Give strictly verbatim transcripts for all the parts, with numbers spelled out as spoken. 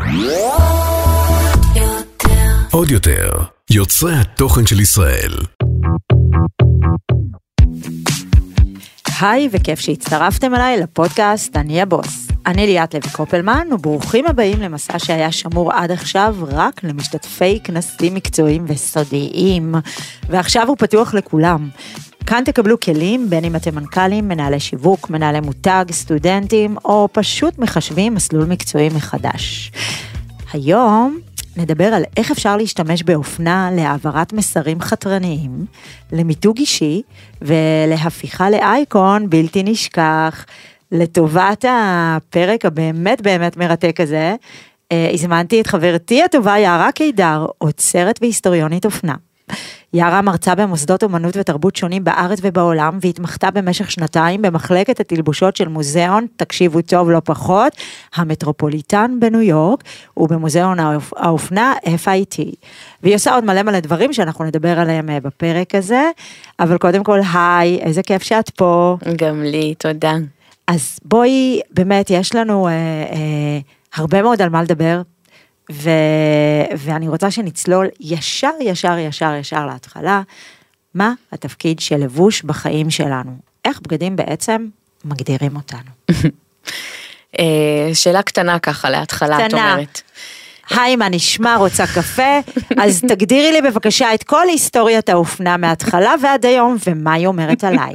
עוד יותר, יוצרי התוכן של ישראל. היי וכיף שהצטרפתם אליי לפודקאסט אני הבוס. אני ליאת לוי קופלמן וברוכים הבאים למסע שהיה שמור עד עכשיו רק למשתתפי כנסים מקצועיים וסודיים. ועכשיו הוא פתוח לכולם. כאן תקבלו כלים בין אם אתם מנכ"לים, מנהלי שיווק, מנהלי מותג, סטודנטים או פשוט מחשבים מסלול מקצועי מחדש. היום נדבר על איך אפשר להשתמש באופנה להעברת מסרים חתרניים, למיתוג אישי ולהפיכה לאייקון בלתי נשכח. לטובת הפרק הבאמת באמת מרתק הזה, הזמנתי את חברתי הטובה יערה קידר, אוצרת והיסטוריונית אופנה. יערה מרצה במוסדות אומנות ותרבות שונים בארץ ובעולם, והתמחתה במשך שנתיים במחלקת התלבושות של מוזיאון, תקשיבו טוב לא פחות, המטרופוליטן בניו יורק, ובמוזיאון האופנה אף איי טי. והיא עושה עוד מלא מלא דברים שאנחנו נדבר עליהם בפרק הזה, אבל קודם כל, היי, איזה כיף שאת פה. גם לי, תודה. אז בואי, באמת, יש לנו אה, אה, הרבה מאוד על מה לדבר, ו... ואני רוצה שנצלול ישר, ישר, ישר, ישר להתחלה, מה התפקיד של לבוש בחיים שלנו? איך בגדים בעצם מגדירים אותנו? שאלה קטנה ככה להתחלה, את אומרת. היי, מה נשמע, רוצה קפה? אז תגדירי לי בבקשה את כל היסטוריית האופנה מההתחלה ועד היום, ומה היא אומרת עליי?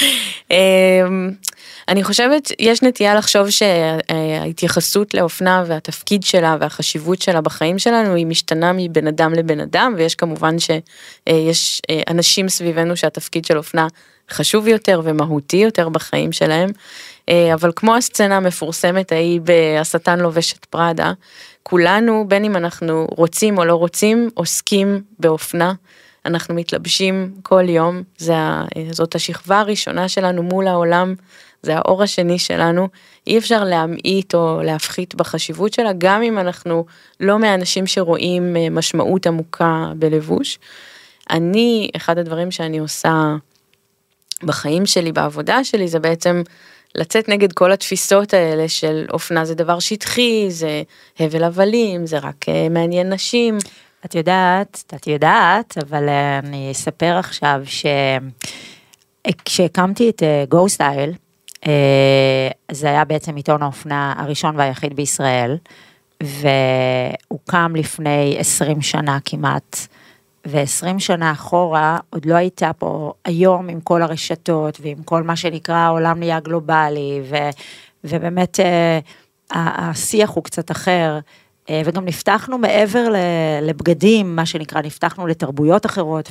אני חושבת, יש נטייה לחשוב שההתייחסות לאופנה והתפקיד שלה והחשיבות שלה בחיים שלנו היא משתנה מבן אדם לבן אדם, ויש כמובן שיש אנשים סביבנו שהתפקיד של אופנה חשוב יותר ומהותי יותר בחיים שלהם, אבל כמו הסצנה המפורסמת ההיא בהשטן לובש את פראדה, כולנו, בין אם אנחנו רוצים או לא רוצים, עוסקים באופנה, אנחנו מתלבשים כל יום, זאת השכבה הראשונה שלנו מול העולם, זה האור השני שלנו, אי אפשר להמעיט או להפחית בחשיבות שלה, גם אם אנחנו לא מהאנשים שרואים משמעות עמוקה בלבוש. אני, אחד הדברים שאני עושה בחיים שלי, בעבודה שלי, זה בעצם לצאת נגד כל התפיסות האלה של אופנה זה דבר שטחי, זה הבל הבלים, זה רק מעניין נשים. את יודעת, את יודעת, אבל אני אספר עכשיו שכשהקמתי את גו סטייל, זה היה בעצם עיתון האופנה הראשון והיחיד בישראל, והוקם לפני עשרים שנה כמעט, ו-עשרים שנה אחורה עוד לא הייתה פה היום עם כל הרשתות, ועם כל מה שנקרא העולם נהיה גלובלי, ו- ובאמת השיח הוא קצת אחר, וגם נפתחנו מעבר לבגדים, מה שנקרא, נפתחנו לתרבויות אחרות,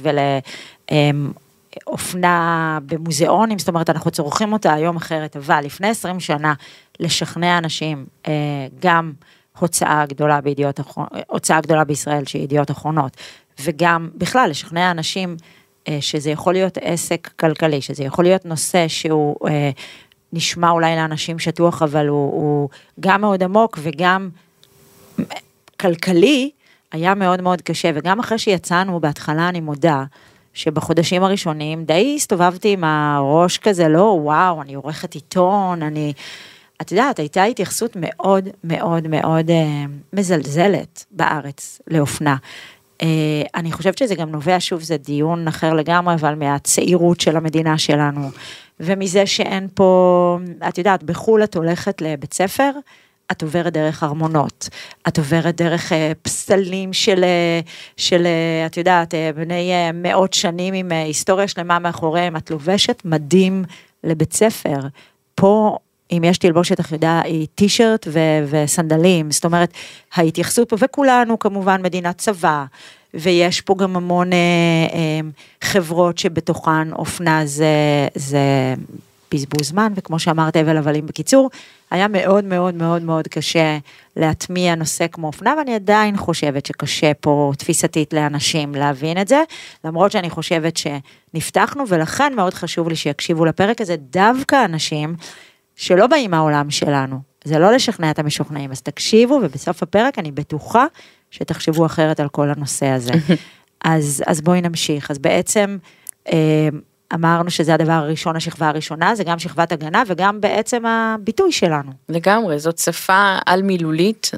ולאופנה במוזיאונים, זאת אומרת, אנחנו צורכים אותה היום אחרת, אבל לפני עשרים שנה, לשכנע אנשים, גם הוצאה גדולה בידיעות, הוצאה גדולה בישראל, שהיא ידיעות אחרונות, וגם בכלל, לשכנע אנשים, שזה יכול להיות עסק כלכלי, שזה יכול להיות נושא שהוא נשמע אולי לאנשים שטוח, אבל הוא, הוא גם מאוד עמוק, וגם כלכלי, היה מאוד מאוד קשה, וגם אחרי שיצאנו בהתחלה, אני מודה, שבחודשים הראשונים, די הסתובבתי עם הראש כזה, לא, וואו, אני עורכת עיתון, אני, את יודעת, הייתה התייחסות מאוד מאוד מאוד אה, מזלזלת בארץ לאופנה. אה, אני חושבת שזה גם נובע, שוב, זה דיון אחר לגמרי, אבל מהצעירות של המדינה שלנו, ומזה שאין פה, את יודעת, בחול את הולכת לבית ספר, את עוברת דרך ארמונות, את עוברת דרך פסלים של, של, את יודעת, בני מאות שנים עם היסטוריה שלמה מאחוריהם, את לובשת מדים לבית ספר. פה, אם יש תלבושת, את יודעת, היא טישרט ו- וסנדלים, זאת אומרת, ההתייחסות פה, וכולנו כמובן מדינת צבא, ויש פה גם המון אה, אה, חברות שבתוכן אופנה זה, זה בזבוז זמן, וכמו שאמרת, אבל הבלים בקיצור, היה מאוד מאוד מאוד מאוד קשה להטמיע נושא כמו אופנה, ואני עדיין חושבת שקשה פה תפיסתית לאנשים להבין את זה, למרות שאני חושבת שנפתחנו, ולכן מאוד חשוב לי שיקשיבו לפרק הזה, דווקא אנשים שלא באים מהעולם שלנו, זה לא לשכנע את המשוכנעים, אז תקשיבו, ובסוף הפרק אני בטוחה שתחשבו אחרת על כל הנושא הזה. אז, אז בואי נמשיך. אז בעצם אמרנו שזה הדבר הראשון, השכבה הראשונה, זה גם שכבת הגנה, וגם בעצם הביטוי שלנו. לגמרי, זאת שפה על מילולית,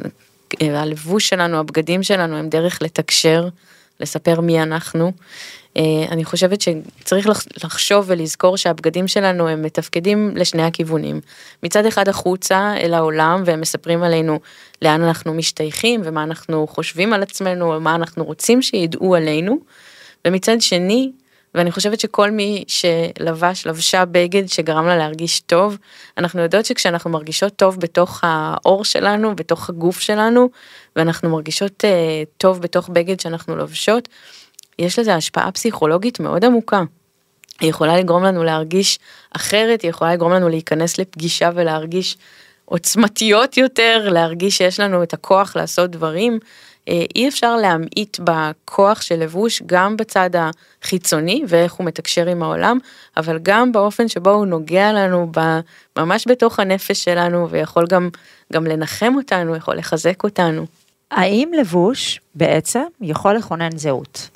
הלבוש שלנו, הבגדים שלנו, הם דרך לתקשר, לספר מי אנחנו. אני חושבת שצריך לחשוב ולזכור שהבגדים שלנו הם מתפקדים לשני הכיוונים. מצד אחד החוצה אל העולם, והם מספרים עלינו לאן אנחנו משתייכים, ומה אנחנו חושבים על עצמנו, ומה אנחנו רוצים שידעו עלינו. ומצד שני, ואני חושבת שכל מי שלבש, לבשה בגד שגרם לה להרגיש טוב, אנחנו יודעות שכשאנחנו מרגישות טוב בתוך האור שלנו, בתוך הגוף שלנו, ואנחנו מרגישות טוב בתוך בגד שאנחנו לובשות, יש לזה השפעה פסיכולוגית מאוד עמוקה. היא יכולה לגרום לנו להרגיש אחרת, היא יכולה לגרום לנו להיכנס לפגישה ולהרגיש עוצמתיות יותר, להרגיש שיש לנו את הכוח לעשות דברים. אי אפשר להמעיט בכוח של לבוש גם בצד החיצוני ואיך הוא מתקשר עם העולם, אבל גם באופן שבו הוא נוגע לנו ממש בתוך הנפש שלנו, ויכול גם, גם לנחם אותנו, יכול לחזק אותנו. האם לבוש בעצם יכול לכונן זהות?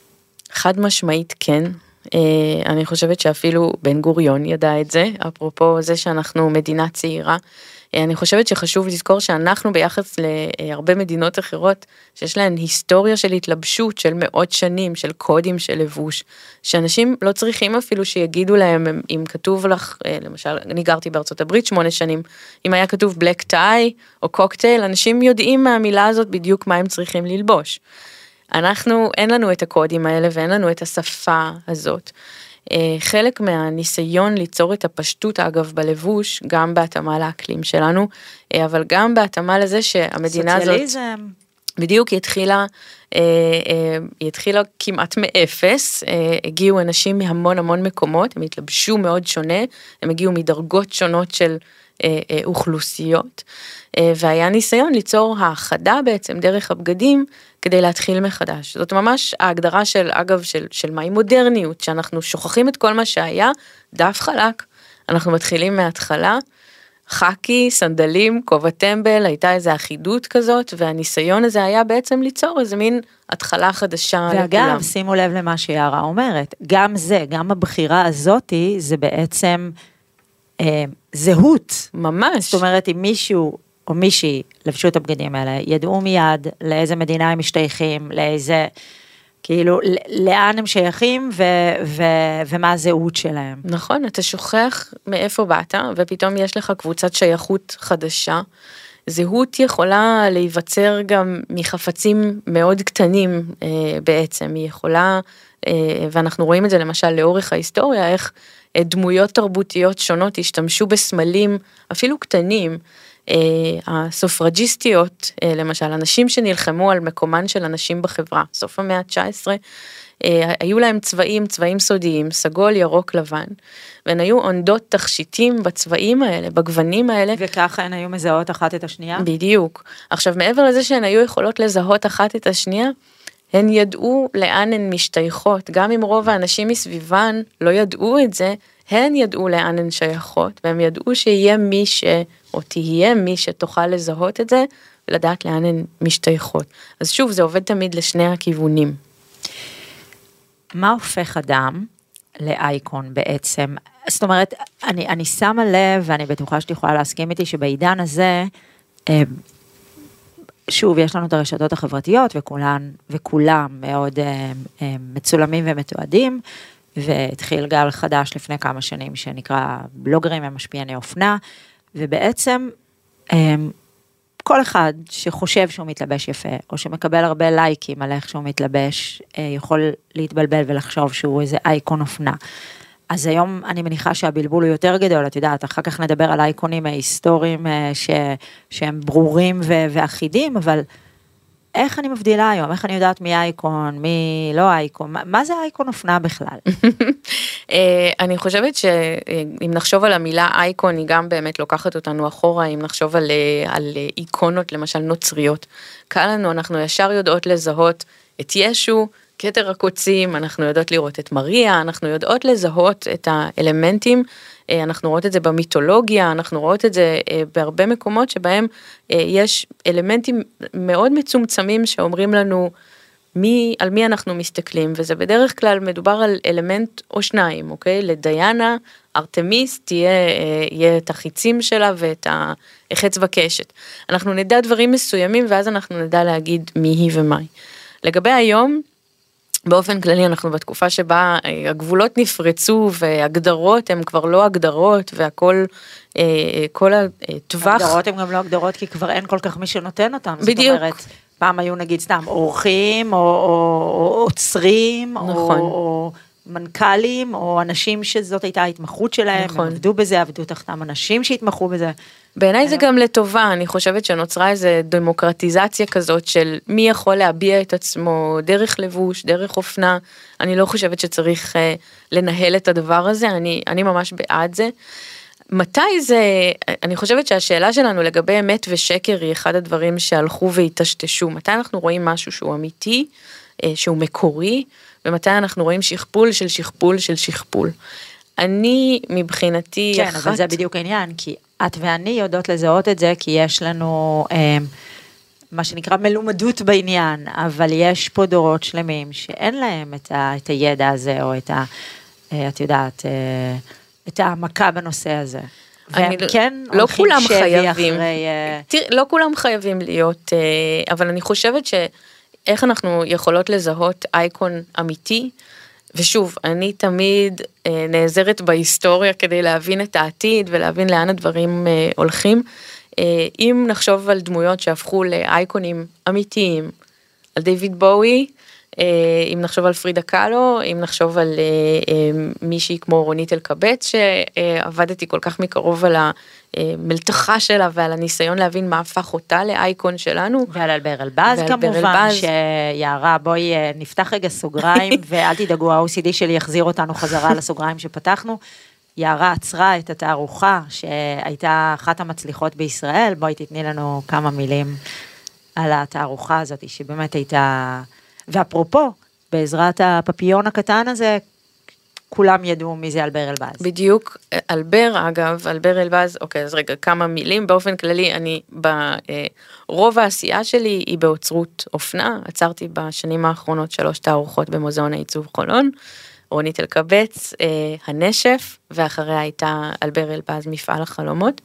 חד משמעית כן. אני חושבת שאפילו בן גוריון ידע את זה, אפרופו זה שאנחנו מדינה צעירה. אני חושבת שחשוב לזכור שאנחנו ביחס להרבה מדינות אחרות, שיש להן היסטוריה של התלבשות של מאות שנים, של קודים של לבוש, שאנשים לא צריכים אפילו שיגידו להם, אם כתוב לך, למשל, אני גרתי בארצות הברית שמונה שנים, אם היה כתוב בלק טאי או קוקטייל, אנשים יודעים מהמילה הזאת בדיוק מה הם צריכים ללבוש. אנחנו, אין לנו את הקודים האלה ואין לנו את השפה הזאת. חלק מהניסיון ליצור את הפשטות, אגב, בלבוש, גם בהתאמה לאקלים שלנו, אבל גם בהתאמה לזה שהמדינה הזאת... סוציאליזם. בדיוק, היא התחילה, היא התחילה כמעט מאפס, הגיעו אנשים מהמון המון מקומות, הם התלבשו מאוד שונה, הם הגיעו מדרגות שונות של אוכלוסיות, והיה ניסיון ליצור האחדה בעצם דרך הבגדים, כדי להתחיל מחדש. זאת ממש ההגדרה של, אגב, של, של מהי מודרניות, שאנחנו שוכחים את כל מה שהיה, דף חלק, אנחנו מתחילים מההתחלה, חקי, סנדלים, כובע טמבל, הייתה איזו אחידות כזאת, והניסיון הזה היה בעצם ליצור איזה מין התחלה חדשה ואגב, לכולם. ואגב, שימו לב למה שיערה אומרת, גם זה, גם הבחירה הזאת, זה בעצם אה, זהות. ממש. זאת אומרת, אם מישהו או מישהי לבשו את הבגדים האלה, ידעו מיד לאיזה מדינה הם משתייכים, לאיזה, כאילו, לאן הם שייכים ו, ו, ומה הזהות שלהם. נכון, אתה שוכח מאיפה באת, ופתאום יש לך קבוצת שייכות חדשה. זהות יכולה להיווצר גם מחפצים מאוד קטנים אה, בעצם, היא יכולה, אה, ואנחנו רואים את זה למשל לאורך ההיסטוריה, איך אה, דמויות תרבותיות שונות השתמשו בסמלים, אפילו קטנים, הסופרג'יסטיות, למשל, אנשים שנלחמו על מקומן של אנשים בחברה, סוף המאה ה-תשע עשרה, היו להם צבעים, צבעים סודיים, סגול, ירוק, לבן, והן היו עונדות תכשיטים בצבעים האלה, בגוונים האלה. וככה הן היו מזהות אחת את השנייה? בדיוק. עכשיו, מעבר לזה שהן היו יכולות לזהות אחת את השנייה, הן ידעו לאן הן משתייכות, גם אם רוב האנשים מסביבן לא ידעו את זה, הן ידעו לאן הן שייכות, והם ידעו שיהיה מי ש... או תהיה מי שתוכל לזהות את זה, ולדעת לאן הן משתייכות. אז שוב, זה עובד תמיד לשני הכיוונים. מה הופך אדם לאייקון בעצם? זאת אומרת, אני, אני שמה לב, ואני בטוחה שאת יכולה להסכים איתי, שבעידן הזה, שוב, יש לנו את הרשתות החברתיות, וכולן, וכולם מאוד מצולמים ומתועדים, והתחיל גל חדש לפני כמה שנים, שנקרא בלוגרים ומשפיעני אופנה, ובעצם כל אחד שחושב שהוא מתלבש יפה, או שמקבל הרבה לייקים על איך שהוא מתלבש, יכול להתבלבל ולחשוב שהוא איזה אייקון אופנה. אז היום אני מניחה שהבלבול הוא יותר גדול, את יודעת, אחר כך נדבר על אייקונים היסטוריים ש, שהם ברורים ו, ואחידים, אבל איך אני מבדילה היום? איך אני יודעת מי אייקון, מי לא אייקון? מה, מה זה אייקון אופנה בכלל? אני חושבת שאם נחשוב על המילה אייקון, היא גם באמת לוקחת אותנו אחורה, אם נחשוב על, על איקונות, למשל נוצריות. קל לנו, אנחנו ישר יודעות לזהות את ישו, כתר הקוצים, אנחנו יודעות לראות את מריה, אנחנו יודעות לזהות את האלמנטים, אנחנו רואות את זה במיתולוגיה, אנחנו רואות את זה בהרבה מקומות שבהם יש אלמנטים מאוד מצומצמים שאומרים לנו מי, על מי אנחנו מסתכלים, וזה בדרך כלל מדובר על אלמנט או שניים, אוקיי? לדיינה ארתמיס תהיה, יהיה את החיצים שלה ואת החץ וקשת. אנחנו נדע דברים מסוימים, ואז אנחנו נדע להגיד מי היא ומה היא. לגבי היום, באופן כללי אנחנו בתקופה שבה הגבולות נפרצו, והגדרות הן כבר לא הגדרות, והכל, כל הטווח. הגדרות הן גם לא הגדרות, כי כבר אין כל כך מי שנותן אותם. בדיוק. זאת אומרת, פעם היו נגיד סתם אורחים, או, או, או עוצרים, נכון. או, או מנכ"לים, או אנשים שזאת הייתה ההתמחות שלהם, נכון. הם עבדו בזה, עבדו תחתם אנשים שהתמחו בזה. בעיניי זה גם לטובה, אני חושבת שנוצרה איזו דמוקרטיזציה כזאת של מי יכול להביע את עצמו דרך לבוש, דרך אופנה, אני לא חושבת שצריך uh, לנהל את הדבר הזה, אני, אני ממש בעד זה. מתי זה, אני חושבת שהשאלה שלנו לגבי אמת ושקר היא אחד הדברים שהלכו והתשתשו, מתי אנחנו רואים משהו שהוא אמיתי, uh, שהוא מקורי, ומתי אנחנו רואים שכפול של שכפול של שכפול. אני מבחינתי כן, אחת... אבל זה בדיוק העניין, כי את ואני יודעות לזהות את זה, כי יש לנו אה, מה שנקרא מלומדות בעניין, אבל יש פה דורות שלמים שאין להם את, ה, את הידע הזה, או את ה... אה, את יודעת, אה, את העמקה בנושא הזה. והם כן לא הולכים כולם שבי חייבים, אחרי... אה... תראה, לא כולם חייבים להיות, אה, אבל אני חושבת שאיך אנחנו יכולות לזהות אייקון אמיתי, ושוב, אני תמיד אה, נעזרת בהיסטוריה כדי להבין את העתיד ולהבין לאן הדברים אה, הולכים. אה, אם נחשוב על דמויות שהפכו לאייקונים אמיתיים, על דיוויד בואי, אה, אם נחשוב על פרידה קאלו, אם נחשוב על אה, אה, מישהי כמו רונית אלקבץ, שעבדתי כל כך מקרוב על המלתחה שלה ועל הניסיון להבין מה הפך אותה לאייקון שלנו. ועל אלבר אלבז כמובן, שיערה בואי נפתח רגע סוגריים, ואל תדאגו, ה-או סי די שלי יחזיר אותנו חזרה לסוגריים שפתחנו. יערה עצרה את התערוכה שהייתה אחת המצליחות בישראל, בואי תתני לנו כמה מילים על התערוכה הזאת, שבאמת הייתה, ואפרופו, בעזרת הפפיון הקטן הזה, כולם ידעו מי זה אלבר אלבז. בדיוק, אלבר אגב, אלבר אלבז, אוקיי, אז רגע, כמה מילים, באופן כללי, אני, ברוב העשייה שלי היא באוצרות אופנה, עצרתי בשנים האחרונות שלוש תערוכות במוזיאון העיצוב חולון, רונית אלקבץ, הנשף, ואחריה הייתה אלבר אלבז מפעל החלומות,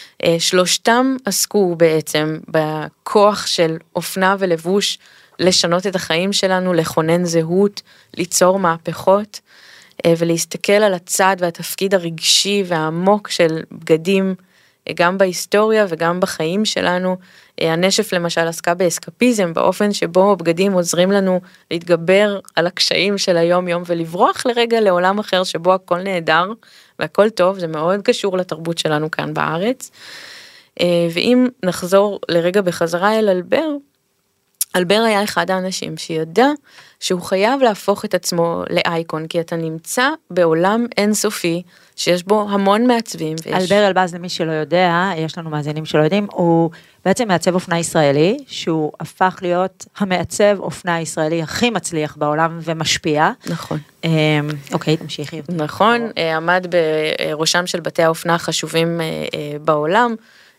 שלושתם עסקו בעצם בכוח של אופנה ולבוש, לשנות את החיים שלנו, לכונן זהות, ליצור מהפכות, ולהסתכל על הצד והתפקיד הרגשי והעמוק של בגדים, גם בהיסטוריה וגם בחיים שלנו. הנשף למשל עסקה באסקפיזם, באופן שבו בגדים עוזרים לנו להתגבר על הקשיים של היום יום, ולברוח לרגע לעולם אחר שבו הכל נהדר והכל טוב, זה מאוד קשור לתרבות שלנו כאן בארץ. ואם נחזור לרגע בחזרה אל אלבר, אלבר היה אחד האנשים שידע שהוא חייב להפוך את עצמו לאייקון, כי אתה נמצא בעולם אינסופי, שיש בו המון מעצבים. ויש... אלבר אלבז, למי שלא יודע, יש לנו מאזינים שלא יודעים, הוא בעצם מעצב אופנה ישראלי, שהוא הפך להיות המעצב אופנה ישראלי הכי מצליח בעולם ומשפיע. נכון. אוקיי, תמשיכי. נכון, עמד בראשם של בתי האופנה החשובים בעולם,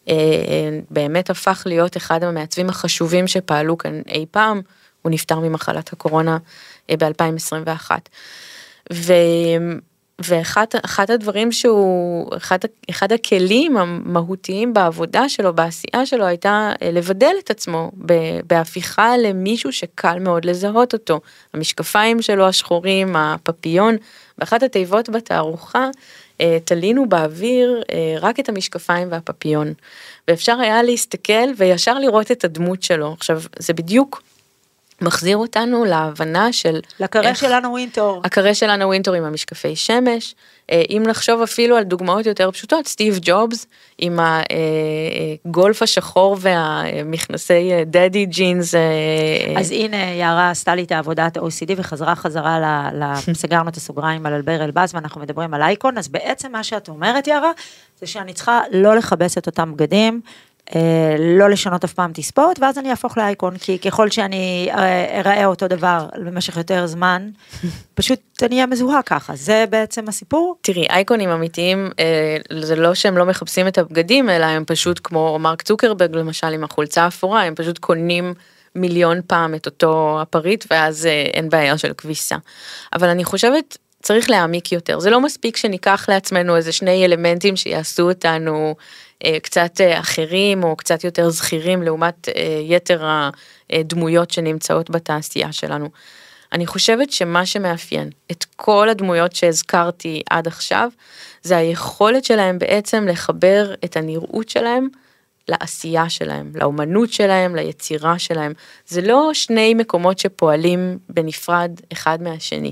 באמת הפך להיות אחד המעצבים החשובים שפעלו כאן אי פעם, הוא נפטר ממחלת הקורונה ב-אלפיים עשרים ואחת. ו... ואחד אחד הדברים שהוא, אחד, אחד הכלים המהותיים בעבודה שלו, בעשייה שלו, הייתה לבדל את עצמו בהפיכה למישהו שקל מאוד לזהות אותו. המשקפיים שלו השחורים, הפפיון, ואחת התיבות בתערוכה, תלינו באוויר רק את המשקפיים והפפיון. ואפשר היה להסתכל וישר לראות את הדמות שלו. עכשיו, זה בדיוק מחזיר אותנו להבנה של... לקרא שלנו ווינטור. הקרא שלנו ווינטור עם המשקפי שמש. אם נחשוב אפילו על דוגמאות יותר פשוטות, סטיב ג'ובס עם הגולף השחור והמכנסי דדי ג'ינס. אז הנה יערה עשתה לי את העבודת ה-או סי די וחזרה חזרה, סגרנו את הסוגריים על אלבר אלבז ואנחנו מדברים על אייקון, אז בעצם מה שאת אומרת יערה, זה שאני צריכה לא לחבס את אותם בגדים, לא לשנות אף פעם תספות, ואז אני אהפוך לאייקון, כי ככל שאני אראה אותו דבר במשך יותר זמן, פשוט אני אהיה מזוהה ככה, זה בעצם הסיפור. תראי, אייקונים אמיתיים, זה לא שהם לא מחפשים את הבגדים, אלא הם פשוט כמו מרק צוקרברג, למשל עם החולצה האפורה, הם פשוט קונים מיליון פעם את אותו הפריט, ואז אין בעיה של כביסה. אבל אני חושבת, צריך להעמיק יותר, זה לא מספיק שניקח לעצמנו איזה שני אלמנטים שיעשו אותנו קצת אחרים או קצת יותר זכירים לעומת יתר הדמויות שנמצאות בתעשייה שלנו. אני חושבת שמה שמאפיין את כל הדמויות שהזכרתי עד עכשיו, זה היכולת שלהם בעצם לחבר את הנראות שלהם לעשייה שלהם, לאומנות שלהם, ליצירה שלהם. זה לא שני מקומות שפועלים בנפרד אחד מהשני.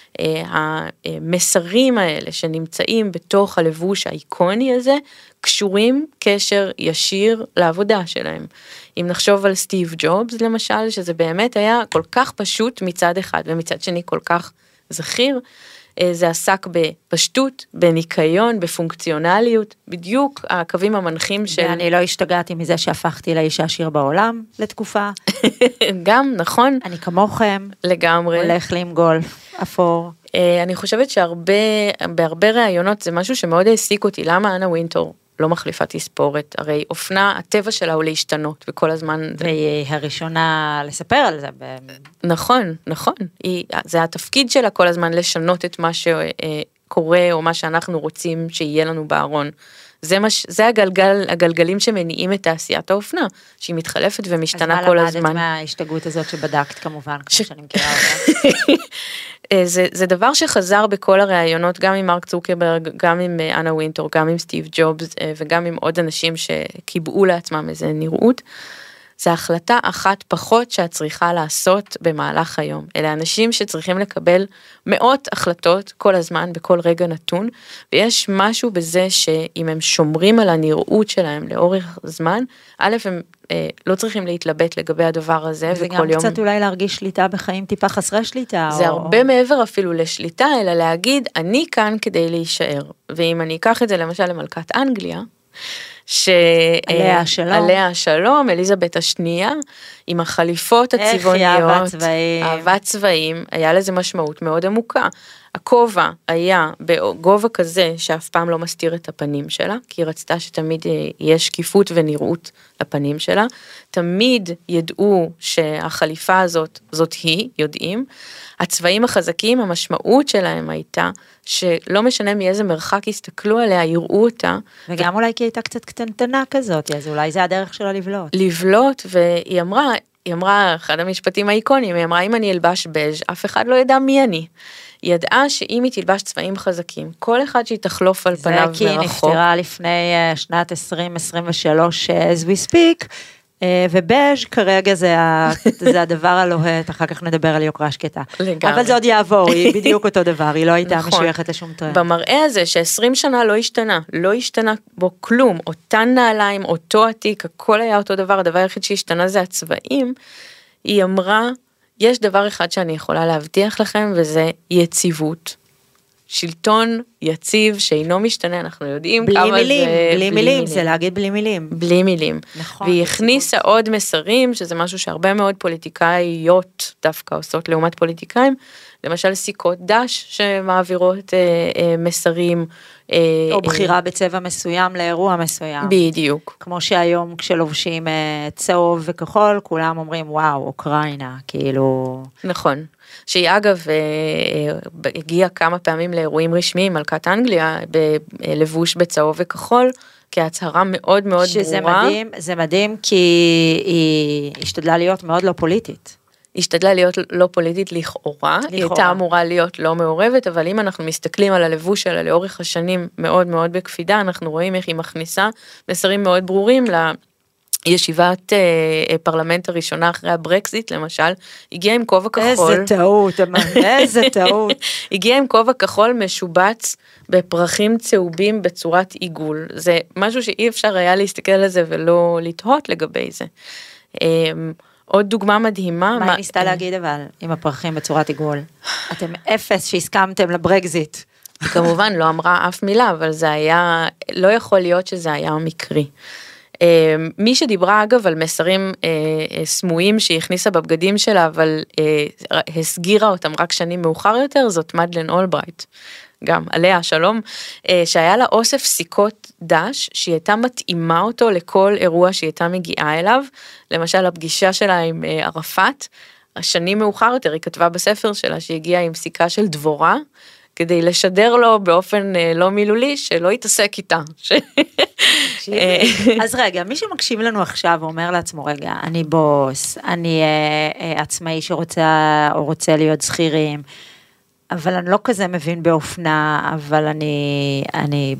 המסרים האלה שנמצאים בתוך הלבוש האיקוני הזה, קשורים קשר ישיר לעבודה שלהם. אם נחשוב על סטיב ג'ובס למשל, שזה באמת היה כל כך פשוט מצד אחד, ומצד שני כל כך זכיר, זה עסק בפשטות, בניקיון, בפונקציונליות, בדיוק הקווים המנחים של... ואני לא השתגעתי מזה שהפכתי לאיש העשיר בעולם לתקופה. גם, נכון. אני כמוכם. לגמרי. הולך לי עם גולף, אפור. אני חושבת שהרבה, בהרבה ראיונות זה משהו שמאוד העסיק אותי, למה אנה ווינטור לא מחליפה תספורת? הרי אופנה, הטבע שלה הוא להשתנות, וכל הזמן... והיא הראשונה לספר על זה. נכון, נכון. היא, זה התפקיד שלה כל הזמן לשנות את מה שקורה, או מה שאנחנו רוצים שיהיה לנו בארון. זה, מש, זה הגלגל, הגלגלים שמניעים את תעשיית האופנה, שהיא מתחלפת ומשתנה כל הזמן. אז מה למדת מההשתגעות הזאת שבדקת כמובן, כמו ש... שאני מכירה אותה? זה, זה דבר שחזר בכל הראיונות, גם עם מרק צוקרברג, גם עם אנה ווינטור, גם עם סטיב ג'ובס, וגם עם עוד אנשים שקיבעו לעצמם איזה נראות. זה החלטה אחת פחות שאת צריכה לעשות במהלך היום. אלה אנשים שצריכים לקבל מאות החלטות כל הזמן, בכל רגע נתון, ויש משהו בזה שאם הם שומרים על הנראות שלהם לאורך זמן, א', הם אה, לא צריכים להתלבט לגבי הדבר הזה, וכל יום... וגם קצת אולי להרגיש שליטה בחיים טיפה חסרי שליטה. זה או... הרבה מעבר אפילו לשליטה, אלא להגיד, אני כאן כדי להישאר. ואם אני אקח את זה למשל למלכת אנגליה, עליה השלום. עליה השלום, אליזבת השנייה, עם החליפות הצבעוניות, איך היא אהבת צבעים. אהבת צבעים, היה לזה משמעות מאוד עמוקה. הכובע היה בגובה כזה שאף פעם לא מסתיר את הפנים שלה, כי היא רצתה שתמיד יש שקיפות ונראות לפנים שלה, תמיד ידעו שהחליפה הזאת, זאת היא, יודעים, הצבעים החזקים, המשמעות שלהם הייתה, שלא משנה מאיזה מרחק הסתכלו עליה, יראו אותה. וגם ו... אולי כי היא הייתה קצת קטנטנה כזאת, אז אולי זה הדרך שלה לבלוט. לבלוט, והיא אמרה, היא אמרה, אחד המשפטים האיקוניים, היא אמרה, אם אני אלבש בז', אף אחד לא ידע מי אני. היא ידעה שאם היא תלבש צבעים חזקים, כל אחד שהיא תחלוף על פניו מרחוק. זה כי היא נפטרה לפני שנת עשרים עשרים ושלוש, as we speak, ובז' כרגע זה, זה הדבר הלוהט, אחר כך נדבר על יוקרה שקטה. לגמרי. אבל זה עוד יעבור, היא בדיוק אותו דבר, היא לא הייתה נכון. משויכת לשום טרנד. במראה הזה ש-עשרים שנה לא השתנה, לא השתנה בו כלום, אותן נעליים, אותו עתיק, הכל היה אותו דבר, הדבר היחיד שהשתנה זה הצבעים, היא אמרה, יש דבר אחד שאני יכולה להבטיח לכם, וזה יציבות. שלטון יציב שאינו משתנה, אנחנו יודעים בלי כמה מילים, זה... בלי מילים, זה להגיד בלי מילים. בלי מילים. נכון. והיא הכניסה עוד מסרים, שזה משהו שהרבה מאוד פוליטיקאיות דווקא עושות לעומת פוליטיקאים, למשל סיכות דש שמעבירות אה, אה, מסרים. אה, או בחירה אה, בצבע מסוים לאירוע מסוים. בדיוק. כמו שהיום כשלובשים אה, צהוב וכחול, כולם אומרים וואו, אוקראינה, כאילו... נכון. שהיא אגב הגיעה כמה פעמים לאירועים רשמיים, מלכת אנגליה, בלבוש בצהוב וכחול, כהצהרה מאוד מאוד שזה ברורה. מדהים, זה מדהים כי היא השתדלה להיות מאוד לא פוליטית. היא השתדלה להיות לא פוליטית לכאורה, היא הייתה אמורה להיות לא מעורבת, אבל אם אנחנו מסתכלים על הלבוש שלה לאורך השנים מאוד מאוד בקפידה, אנחנו רואים איך היא מכניסה מסרים מאוד ברורים ל... ישיבת אה, פרלמנט הראשונה אחרי הברקזיט למשל, הגיעה עם כובע כחול. איזה טעות, איזה טעות. הגיעה עם כובע כחול משובץ בפרחים צהובים בצורת עיגול. זה משהו שאי אפשר היה להסתכל על זה ולא לתהות לגבי זה. אה, עוד דוגמה מדהימה. מה היא ניסתה להגיד אבל עם הפרחים בצורת עיגול? אתם אפס שהסכמתם לברקזיט. כמובן לא אמרה אף מילה, אבל זה היה, לא יכול להיות שזה היה מקרי. מי שדיברה אגב על מסרים סמויים שהיא הכניסה בבגדים שלה, אבל הסגירה אותם רק שנים מאוחר יותר, זאת מדלן אולברייט, גם עליה השלום, שהיה לה אוסף סיכות דש, שהיא הייתה מתאימה אותו לכל אירוע שהיא הייתה מגיעה אליו, למשל הפגישה שלה עם ערפאת, השנים מאוחר יותר היא כתבה בספר שלה שהיא הגיעה עם סיכה של דבורה, כדי לשדר לו באופן לא מילולי, שלא יתעסק איתה. אז רגע, מי שמקשיב לנו עכשיו ואומר לעצמו, רגע, אני בוס, אני עצמאי שרוצה או רוצה להיות שכירים, אבל אני לא כזה מבין באופנה, אבל אני, אני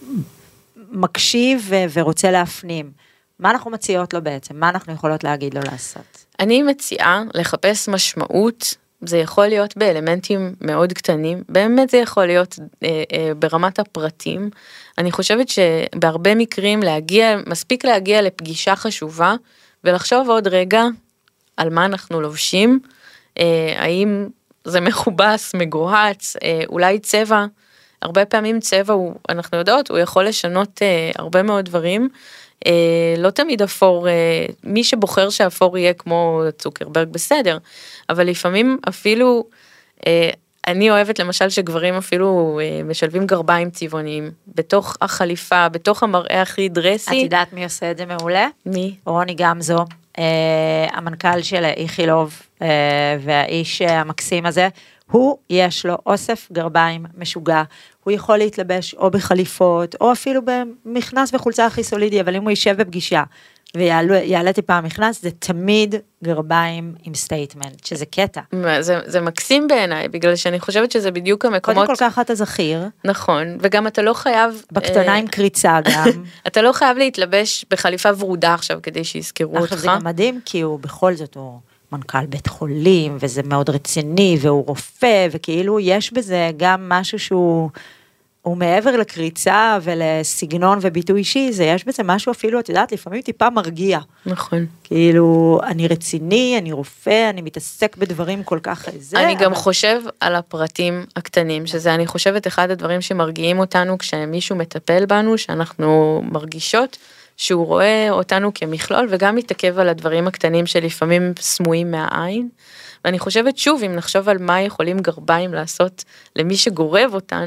מקשיב ורוצה להפנים. מה אנחנו מציעות לו בעצם? מה אנחנו יכולות להגיד לו לעשות? אני מציעה לחפש משמעות, זה יכול להיות באלמנטים מאוד קטנים, באמת זה יכול להיות אה, אה, ברמת הפרטים. אני חושבת שבהרבה מקרים להגיע, מספיק להגיע לפגישה חשובה, ולחשוב עוד רגע על מה אנחנו לובשים, אה, האם זה מכובס, מגוהץ, אה, אולי צבע, הרבה פעמים צבע, הוא, אנחנו יודעות, הוא יכול לשנות אה, הרבה מאוד דברים, אה, לא תמיד אפור, אה, מי שבוחר שאפור יהיה כמו צוקרברג בסדר, אבל לפעמים אפילו, אה, אני אוהבת למשל שגברים אפילו אה, משלבים גרביים צבעוניים, בתוך החליפה, בתוך המראה הכי דרסי. את יודעת מי עושה את זה מעולה? מי? רוני גמזו, אה, המנכ"ל של איכילוב, אה, והאיש המקסים הזה, הוא יש לו אוסף גרביים משוגע, הוא יכול להתלבש או בחליפות, או אפילו במכנס וחולצה הכי סולידי, אבל אם הוא יישב בפגישה, ויעלה טיפה המכנס, זה תמיד גרביים עם סטייטמנט, שזה קטע. זה, זה מקסים בעיניי, בגלל שאני חושבת שזה בדיוק המקומות... קודם כל ככה אתה זכיר. נכון, וגם אתה לא חייב... בקטנה עם קריצה גם. אתה לא חייב להתלבש בחליפה ורודה עכשיו, כדי שיזכרו אותך. עכשיו זה גם מדהים, כי הוא בכל זאת הוא... מנכ"ל בית חולים, וזה מאוד רציני, והוא רופא, וכאילו יש בזה גם משהו שהוא, הוא מעבר לקריצה ולסגנון וביטוי אישי, זה יש בזה משהו אפילו, את יודעת, לפעמים טיפה מרגיע. נכון. כאילו, אני רציני, אני רופא, אני מתעסק בדברים כל כך זה. אני גם חושב על הפרטים הקטנים, שזה אני חושבת אחד הדברים שמרגיעים אותנו, כשמישהו מטפל בנו, שאנחנו מרגישות, שהוא רואה אותנו כמכלול, וגם מתעכב על הדברים הקטנים שלפעמים סמויים מהעין, ואני חושבת שוב, אם נחשוב על מה יכולים גרביים לעשות למי שגורב אותן,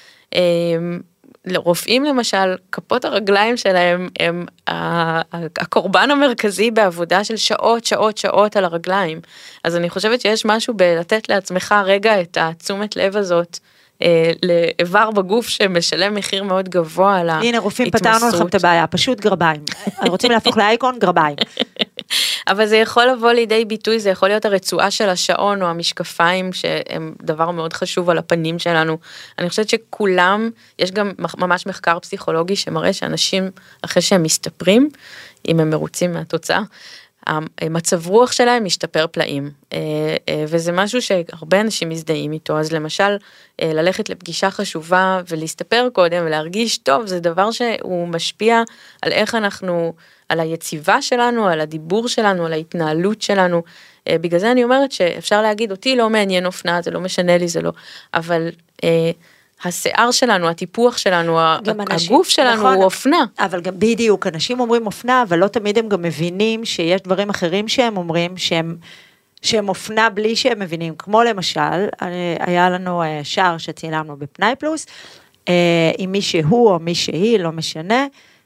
רופאים למשל, כפות הרגליים שלהם, הם הקורבן המרכזי בעבודה של שעות, שעות, שעות על הרגליים, אז אני חושבת שיש משהו בלתת לעצמך רגע את התשומת לב הזאת, לאיבר בגוף שמשלם מחיר מאוד גבוה על ההתמסרות. הנה רופאים פתרנו לכם את הבעיה, פשוט גרביים. רוצים להפוך לאייקון, גרביים. אבל זה יכול לבוא לידי ביטוי, זה יכול להיות הרצועה של השעון או המשקפיים, שהם דבר מאוד חשוב על הפנים שלנו. אני חושבת שכולם, יש גם ממש מחקר פסיכולוגי שמראה שאנשים, אחרי שהם מסתפרים, אם הם מרוצים מהתוצאה, המצב רוח שלהם משתפר פלאים, וזה משהו שהרבה אנשים מזדהים איתו, אז למשל, ללכת לפגישה חשובה ולהסתפר קודם ולהרגיש טוב, זה דבר שהוא משפיע על איך אנחנו, על היציבה שלנו, על הדיבור שלנו, על ההתנהלות שלנו, בגלל זה אני אומרת שאפשר להגיד, אותי לא מעניין אופנה, זה לא משנה לי, זה לא, אבל... השיער שלנו, הטיפוח שלנו, אנשים, הגוף שלנו נכון, הוא אופנה. אבל גם בדיוק, אנשים אומרים אופנה, אבל לא תמיד הם גם מבינים שיש דברים אחרים שהם אומרים, שהם, שהם אופנה בלי שהם מבינים, כמו למשל, היה לנו שער שצילמנו בפנאי פלוס, עם מי שהוא או מי שהיא, לא משנה,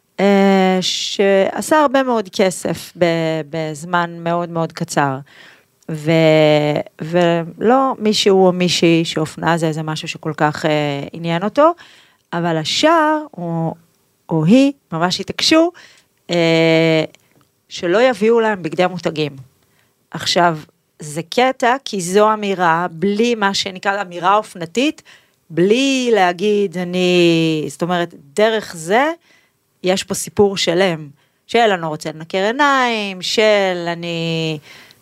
שעשה הרבה מאוד כסף בזמן מאוד מאוד קצר, ו, ולא מישהו או מישהי שאופנה זה איזה משהו שכל כך אה, עניין אותו, אבל השאר או, או היא ממש התעקשו אה, שלא יביאו להם בגדי מותגים. עכשיו, זה קטע כי זו אמירה, בלי מה שנקרא אמירה אופנתית, בלי להגיד אני, זאת אומרת, דרך זה יש פה סיפור שלם, של אני לא רוצה לנקר עיניים, של אני...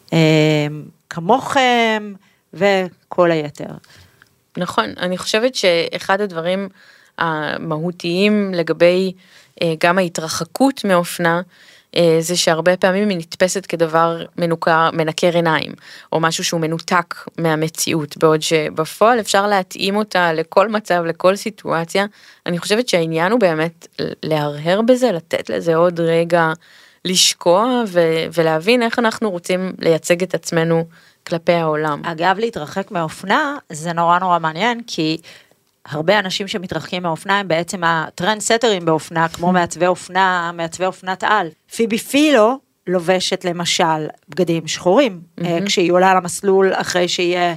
כמוכם וכל היתר. נכון, אני חושבת שאחד הדברים המהותיים לגבי גם ההתרחקות מאופנה, זה שהרבה פעמים היא נתפסת כדבר מנוכר, מנקר עיניים, או משהו שהוא מנותק מהמציאות, בעוד שבפועל אפשר להתאים אותה לכל מצב, לכל סיטואציה. אני חושבת שהעניין הוא באמת להרהר בזה, לתת לזה עוד רגע, לשקוע ו- ולהבין איך אנחנו רוצים לייצג את עצמנו כלפי העולם. אגב, להתרחק מהאופנה, זה נורא נורא מעניין, כי הרבה אנשים שמתרחקים מהאופנה, הם בעצם הטרנדסטרים באופנה, כמו מעצבי אופנה, מעצבי אופנת על. פיבי פילו לובשת למשל בגדים שחורים, כשהיא עולה למסלול אחרי שיהיה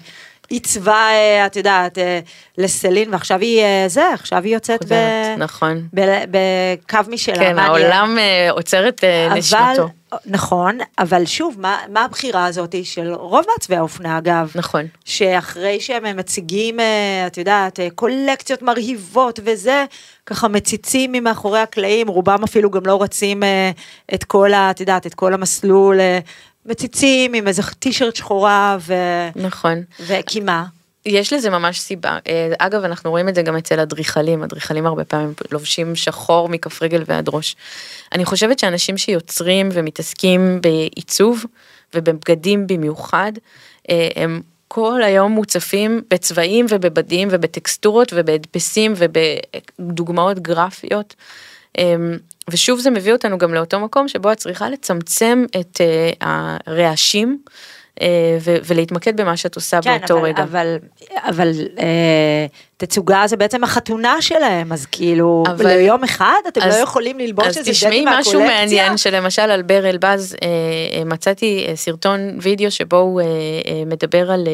עיצבה, את יודעת, לסלין, ועכשיו היא זה, עכשיו היא יוצאת ב... נכון. בקו משלה. כן, העולם עוצר את נשמתו. נכון, אבל שוב, מה, מה הבחירה הזאת של רוב מעצבי האופנה, אגב? נכון. שאחרי שהם מציגים, את יודעת, קולקציות מרהיבות וזה, ככה מציצים ממאחורי הקלעים, רובם אפילו גם לא רצים את כל, את יודעת, את כל המסלול, מציצים עם איזה טישרט שחורה ו... נכון. וקימה. יש לזה ממש סיבה. אגב, אנחנו רואים את זה גם אצל אדריכלים, אדריכלים הרבה פעמים לובשים שחור מכף רגל ועד ראש. אני חושבת שאנשים שיוצרים ומתעסקים בעיצוב ובבגדים במיוחד, הם כל היום מוצפים בצבעים ובבדים ובטקסטורות ובהדפסים ובדוגמאות גרפיות, ושוב זה מביא אותנו גם לאותו מקום שבו את צריכה לצמצם את הרעשים, ולהתמקד במה שאת עושה באותו רגע. אבל, אבל תצוגה זה בעצם החתונה שלהם, אז כאילו ליום אחד אתם לא יכולים ללבוש איזה דגל מהקולקציה? אז תשמעי משהו מעניין, שלמשל על בר אלבז, מצאתי סרטון וידאו שבו הוא מדבר על,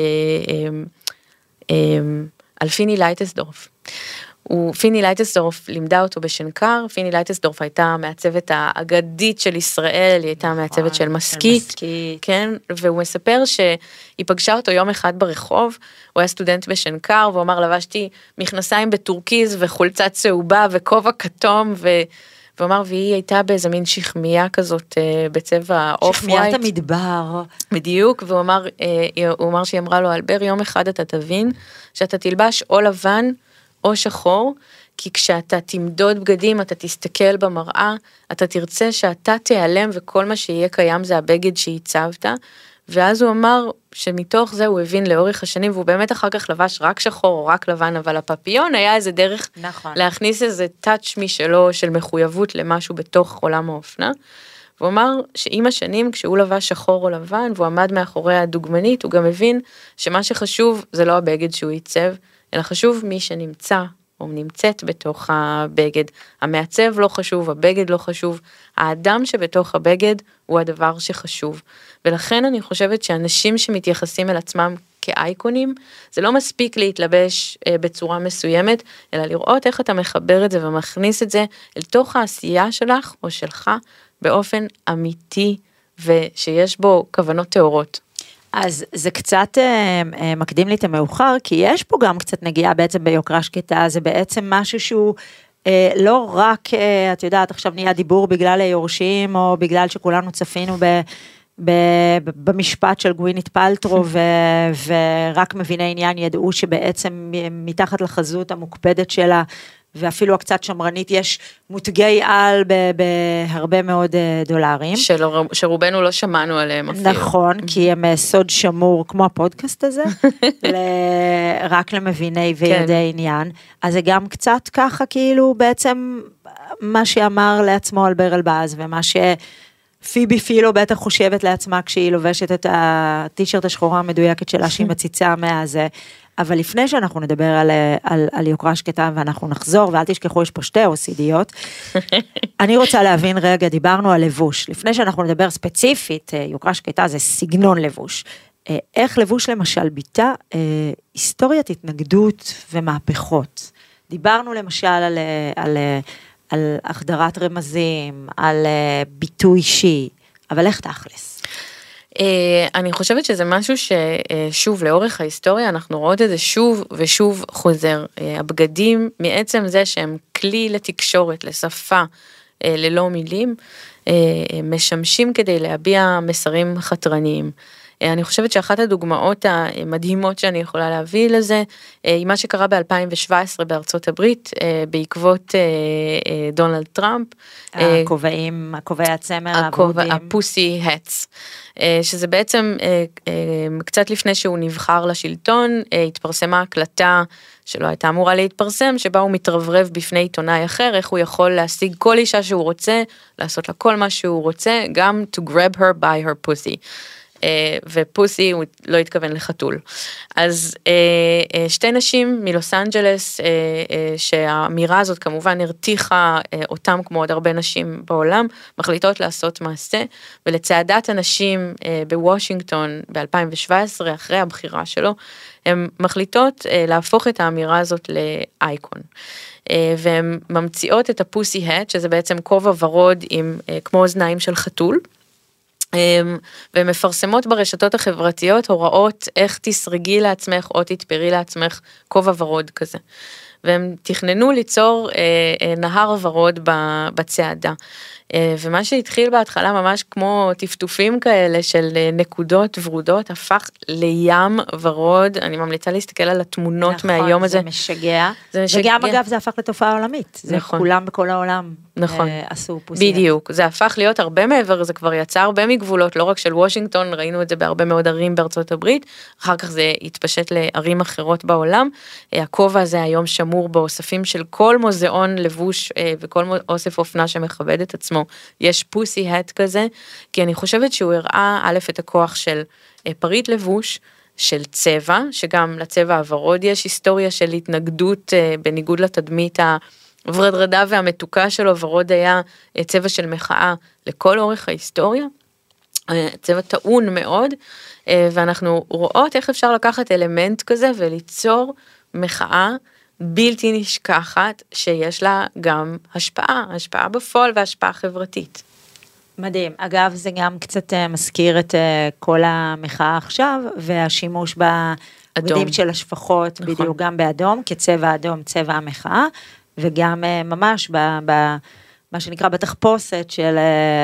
על פיני לייטסדורף. פיני לייטסדורף לימדה אותו בשנקר, פיני לייטסדורף הייתה מעצבת האגדית של ישראל, היא הייתה מעצבת של מסקית, כן, והוא מספר שהיא פגשה אותו יום אחד ברחוב, הוא היה סטודנט בשנקר, והוא אמר, לבשתי מכנסיים בטורקיז וחולצת צהובה וכובע כתום, והוא אמר, והיא הייתה באיזה מין שכמיה כזאת בצבע אוף ווייט. שכמיית המדבר. בדיוק, והוא אמר, הוא אמר שהיא אמרה לו, אלבר, יום אחד אתה תבין שאתה תלבש או לבן, או שחור, כי כשאתה תמדוד בגדים, אתה תסתכל במראה, אתה תרצה שאתה תיעלם, וכל מה שיהיה קיים זה הבגד שהצבת, ואז הוא אמר שמתוך זה הוא הבין לאורך השנים, והוא באמת אחר כך לבש רק שחור או רק לבן, אבל הפפיון היה איזה דרך נכון. להכניס איזה טאץ' משלו, של מחויבות למשהו בתוך עולם האופנה, והוא אמר שעם השנים, כשהוא לבש שחור או לבן, והוא עמד מאחורי הדוגמנית, הוא גם הבין שמה שחשוב זה לא הבגד שהוא ייצב, אלא חשוב מי שנמצא או נמצאת בתוך הבגד. המעצב לא חשוב, הבגד לא חשוב, האדם שבתוך הבגד הוא הדבר שחשוב. ולכן אני חושבת שאנשים שמתייחסים אל עצמם כאייקונים, זה לא מספיק להתלבש בצורה מסוימת, אלא לראות איך אתה מחבר את זה ומכניס את זה אל תוך העשייה שלך או שלך באופן אמיתי, ושיש בו כוונות טהורות. אז זה קצת אה, אה, מקדים לי את המאוחר, כי יש פה גם קצת נגיעה בעצם ביוקרה שקטה, זה בעצם משהו שהוא אה, לא רק, אה, את יודעת, עכשיו נהיה דיבור בגלל היורשים, או בגלל שכולנו צפינו ב, ב, ב, במשפט של גווינית פלטרו, ו, ורק מביני עניין ידעו שבעצם מתחת לחזות המוקפדת שלה, ואפילו הקצת שמרנית, יש מותגי על בהרבה מאוד דולרים. שרובנו לא שמענו עליהם אפילו. נכון, כי הם סוד שמור, כמו הפודקאסט הזה, רק למביני ויודעי עניין. אז זה גם קצת ככה, כאילו, בעצם, מה שאמר לעצמו על בר אלבז, ומה שפיבי פילו בטח חושבת לעצמה, כשהיא לובשת את הטישרט השחורה המדויקת שלה, שהיא מציצה מהזה, אבל לפני שאנחנו נדבר על, על, על יוקרה שקטה ואנחנו נחזור, ואל תשכחו, יש פה שתי או סי די-יות, אני רוצה להבין רגע, דיברנו על לבוש, לפני שאנחנו נדבר ספציפית, יוקרה שקטה זה סגנון לבוש, איך לבוש למשל ביטא, היסטוריית התנגדות ומהפכות, דיברנו למשל על, על, על החדרת רמזים, על ביטוי אישי, אבל איך תכלס? אני חושבת שזה משהו ששוב לאורך ההיסטוריה אנחנו רואות את זה שוב ושוב חוזר. הבגדים מעצם זה שהם כלי לתקשורת, לשפה, ללא מילים, משמשים כדי להביע מסרים חתרניים. אני חושבת שאחת הדוגמאות המדהימות שאני יכולה להביא לזה, היא מה שקרה ב-אלפיים שבע עשרה בארצות הברית, בעקבות דונלד טראמפ. הכובעים, הכובעי הצמר העבודים. הפוסי הטס. שזה בעצם קצת לפני שהוא נבחר לשלטון, התפרסמה הקלטה שלא הייתה אמורה להתפרסם, שבה הוא מתרברב בפני עיתונאי אחר, איך הוא יכול להשיג כל אישה שהוא רוצה, לעשות לה כל מה שהוא רוצה, גם to grab her by her pussy. ופוסי הוא לא התכוון לחתול. אז שתי נשים מלוס אנג'לס, שהאמירה הזאת כמובן הרתיחה אותם כמו עוד הרבה נשים בעולם, מחליטות לעשות מעשה, ולצעדת הנשים בוושינגטון ב-אלפיים שבע עשרה, אחרי הבחירה שלו, הן מחליטות להפוך את האמירה הזאת לאייקון. והן ממציאות את הפוסי הט, שזה בעצם כובע ורוד עם כמו אוזניים של חתול, והן מפרסמות ברשתות החברתיות הוראות איך תסרגי לעצמך או תתפרי לעצמך כובע ורוד כזה. והם תכננו ליצור נהר ורוד בצעדה. ומה שהתחיל בהתחלה ממש כמו טפטופים כאלה של נקודות ורודות, הפך לים ורוד. אני ממליצה להסתכל על התמונות נכון, מהיום הזה. זה משגע. זה משגע. וגם אגב זה הפך לתופעה עולמית. זה נכון. כולם בכל העולם נכון. עשו פוסי. בדיוק. זה הפך להיות הרבה מעבר, זה כבר יצא הרבה מגבולות, לא רק של וושינגטון, ראינו את זה בהרבה מאוד ערים בארצות הברית, אחר כך זה התפשט לערים אחרות בעולם. הכובע הזה היום שמור באוספים של כל מוזיאון לבוש וכל אוסף אופנה שמכבד את עצמו. יש פוסי הט כזה, כי אני חושבת שהוא הראה א' את הכוח של פריט לבוש, של צבע, שגם לצבע הוורוד יש היסטוריה של התנגדות בניגוד לתדמית הוורדרדה והמתוקה שלו, ורוד היה צבע של מחאה לכל אורך ההיסטוריה, צבע טעון מאוד, ואנחנו רואות איך אפשר לקחת אלמנט כזה וליצור מחאה בלתי נשכחת, שיש לה גם השפעה, השפעה בפועל והשפעה חברתית. מדהים. אגב, זה גם קצת מזכיר את כל המחאה עכשיו, והשימוש בבגדים של השפחות, נכון. בדיוק גם באדום, כצבע אדום, צבע המחאה, וגם ממש במה שנקרא בתחפושת של,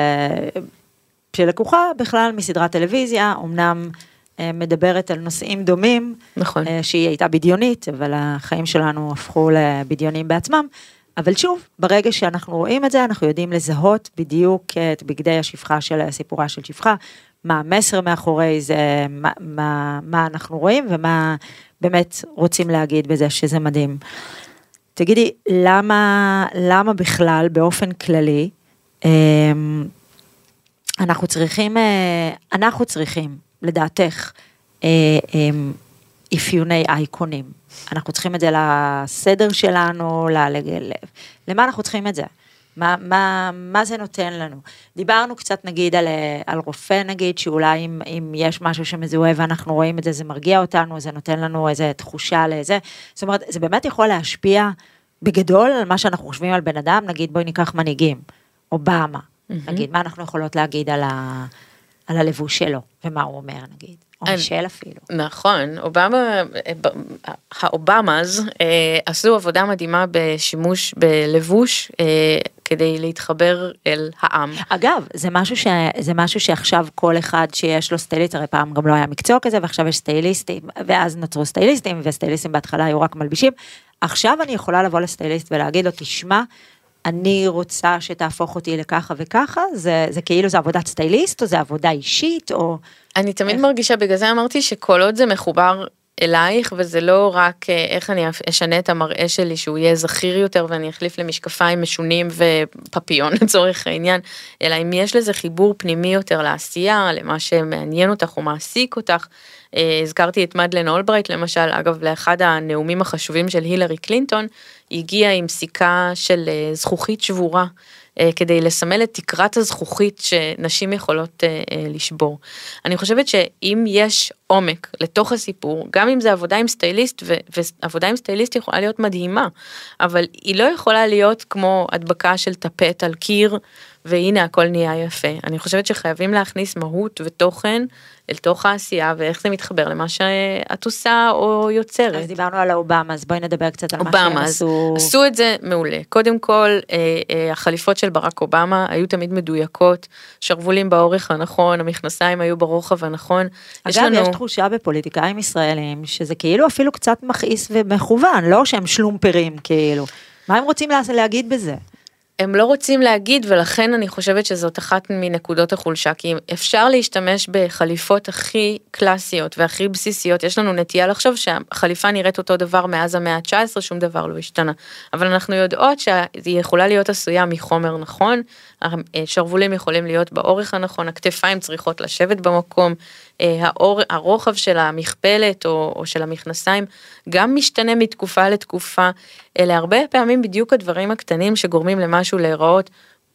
של לקוחה בכלל מסדרת טלוויזיה, אמנם מדברת על נושאים דומים, נכון. שהיא הייתה בדיונית, אבל החיים שלנו הפכו לבדיונים בעצמם, אבל שוב, ברגע שאנחנו רואים את זה, אנחנו יודעים לזהות בדיוק את בגדי השפחה של סיפורה של שפחה, מה המסר מאחורי זה, מה, מה, מה אנחנו רואים, ומה באמת רוצים להגיד בזה, שזה מדהים. תגידי, למה, למה בכלל, באופן כללי, אנחנו צריכים, אנחנו צריכים, לדעתך, אפיוני אייקונים. אנחנו צריכים את זה לסדר שלנו, למה אנחנו צריכים את זה? מה, מה, מה זה נותן לנו? דיברנו קצת נגיד על, על רופא נגיד, שאולי אם, אם יש משהו שמזוהה ואנחנו רואים את זה, זה מרגיע אותנו, זה נותן לנו איזו תחושה לזה. זאת אומרת, זה באמת יכול להשפיע בגדול על מה שאנחנו חושבים על בן אדם, נגיד בואי ניקח מנהיגים, אובמה, mm-hmm. נגיד, מה אנחנו יכולות להגיד על, ה, על הלבוש שלו, ומה הוא אומר נגיד. או מישל אפילו. נכון, אובמה, האובמאז עשו עבודה מדהימה בשימוש בלבוש כדי להתחבר אל העם. אגב, זה משהו, ש, זה משהו שעכשיו כל אחד שיש לו סטייליסט, הרי פעם גם לא היה מקצוע כזה, ועכשיו יש סטייליסטים, ואז נוצרו סטייליסטים, וסטייליסטים בהתחלה היו רק מלבישים. עכשיו אני יכולה לבוא לסטייליסט ולהגיד לו, תשמע, אני רוצה שתהפוך אותי לככה וככה, זה, זה כאילו זה עבודת סטייליסט, או זה עבודה אישית, או... אני תמיד איך... מרגישה, בגלל זה אמרתי שכל עוד זה מחובר אלייך, וזה לא רק איך אני אשנה את המראה שלי, שהוא יהיה זכיר יותר, ואני אחליף למשקפיים משונים ופפיון לצורך העניין, אלא אם יש לזה חיבור פנימי יותר לעשייה, למה שמעניין אותך או מעסיק אותך. הזכרתי את מדלן אולברייט, למשל, אגב, לאחד הנאומים החשובים של הילרי קלינטון, היא הגיעה עם סיכה של זכוכית שבורה, כדי לסמל את תקרת הזכוכית שנשים יכולות לשבור. אני חושבת שאם יש עומק לתוך הסיפור, גם אם זה עבודה עם סטייליסט, ועבודה עם סטייליסט יכולה להיות מדהימה, אבל היא לא יכולה להיות כמו הדבקה של טפט על קיר, והנה הכל נהיה יפה. אני חושבת שחייבים להכניס מהות ותוכן אל תוך העשייה, ואיך זה מתחבר למה שאת עושה או יוצרת. אז דיברנו על האובמה, אז בואי נדבר קצת על מה שהם עשו. עשו את זה מעולה. קודם כל, החליפות של ברק אובמה היו תמיד מדויקות, שרבולים באורך הנכון, המכנסיים היו ברוחב הנכון. אגב, יש תחושה בפוליטיקאים ישראלים, שזה כאילו אפילו קצת מכעיס ומכוון, לא שהם שלומפרים כאילו. מה הם רוצים להגיד בזה? הם לא רוצים להגיד, ולכן אני חושבת שזאת אחת מנקודות החולשה, כי אפשר להשתמש בחליפות הכי קלאסיות והכי בסיסיות, יש לנו נטייה לחשוב שהחליפה נראית אותו דבר מאז המאה ה-תשע עשרה, שום דבר לא השתנה, אבל אנחנו יודעות שהיא יכולה להיות עשויה מחומר נכון, השרוולים יכולים להיות באורך הנכון, הכתפיים צריכות לשבת במקום, האור, הרוחב של המכפלת או, או של המכנסיים גם משתנה מתקופה לתקופה, אלה הרבה פעמים בדיוק הדברים הקטנים שגורמים למשהו להיראות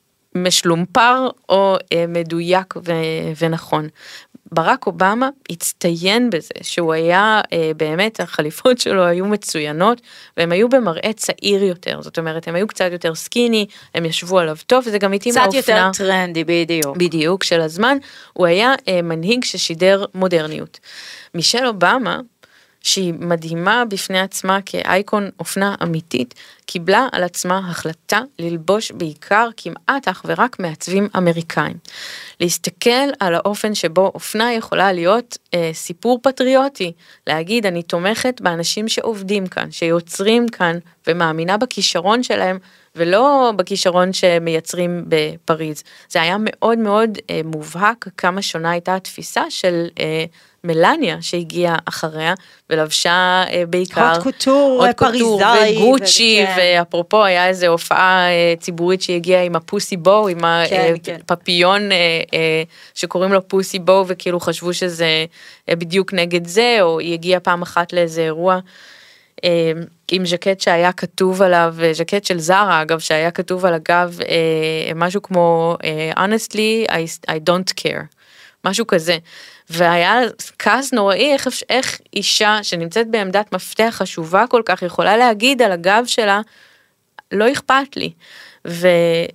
משלומפר או מדויק ו, ונכון. ברק אובמה הצטיין בזה, שהוא היה, באמת החליפות שלו היו מצוינות, והם היו במראה צעיר יותר, זאת אומרת, הם היו קצת יותר סקיני, הם ישבו עליו טוב, וזה גם התאים לאופנה. קצת יותר טרנדי, בדיוק. בדיוק, של הזמן, הוא היה מנהיג ששידר מודרניות. מישל אובמה, שהיא מדהימה בפני עצמה כאייקון אופנה אמיתית, קיבלה על עצמה החלטה ללבוש בעיקר כמעט אך ורק מעצבים אמריקאים. להסתכל על האופן שבו אופנה יכולה להיות אה, סיפור פטריוטי, להגיד אני תומכת באנשים שעובדים כאן, שיוצרים כאן ומאמינה בכישרון שלהם, ולא בכישרון שמייצרים בפריז. זה היה מאוד מאוד אה, מובהק כמה שונה הייתה התפיסה של אה, מלניה שהגיעה אחריה ולבשה אה, בעיקר הוט קוטור, פריזאי וגוצ'י, ואפרופו היה איזו הופעה אה, ציבורית שהגיעה עם הפוסי בו, עם כן, כן. הפפיון אה, אה, שקוראים לו פוסי בו, וכאילו חשבו שזה אה, בדיוק נגד זה, או היא הגיעה פעם אחת לאיזה אירוע, אה, עם ז'קט שהיה כתוב עליו, ז'קט של זרה אגב, שהיה כתוב על הגב, אה, משהו כמו אה, honestly I, I don't care, משהו כזה. והיה כעס נוראי איך, איך אישה שנמצאת בעמדת מפתח חשובה כל כך יכולה להגיד על הגב שלה, לא אכפת לי. ו,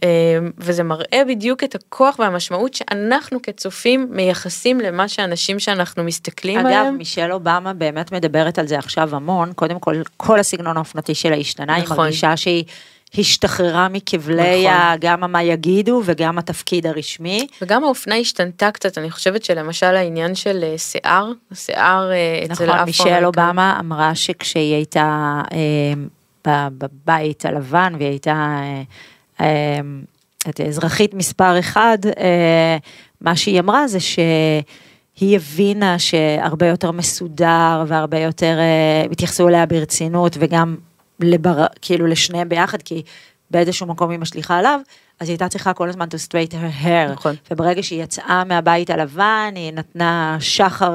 וזה מראה בדיוק את הכוח והמשמעות שאנחנו כצופים מייחסים למה שאנשים שאנחנו מסתכלים אגב, עליהם. אגב, מישל אובמה באמת מדברת על זה עכשיו המון, קודם כל, כל הסגנון האופנתי שלה השתנה, נכון. היא מרגישה שהיא השתחררה מכבלי נכון. גם מה יגידו וגם התפקיד הרשמי. וגם האופנה השתנתה קצת, אני חושבת שלמשל העניין של שיער, שיער אצל נכון, אפרו. מישל אובמה אמרה שכשהיא הייתה אה, בבית הלבן, והיא הייתה אה, אה, אזרחית מספר אחד, אה, מה שהיא אמרה זה שהיא הבינה שהרבה יותר מסודר, והרבה יותר אה, התייחסו אליה ברצינות, וגם לבר, כאילו לשניהם ביחד, כי באיזשהו מקום היא משליחה עליו, אז היא הייתה צריכה כל הזמן to straight her hair, נכון. וברגע שהיא יצאה מהבית הלבן, היא נתנה שחר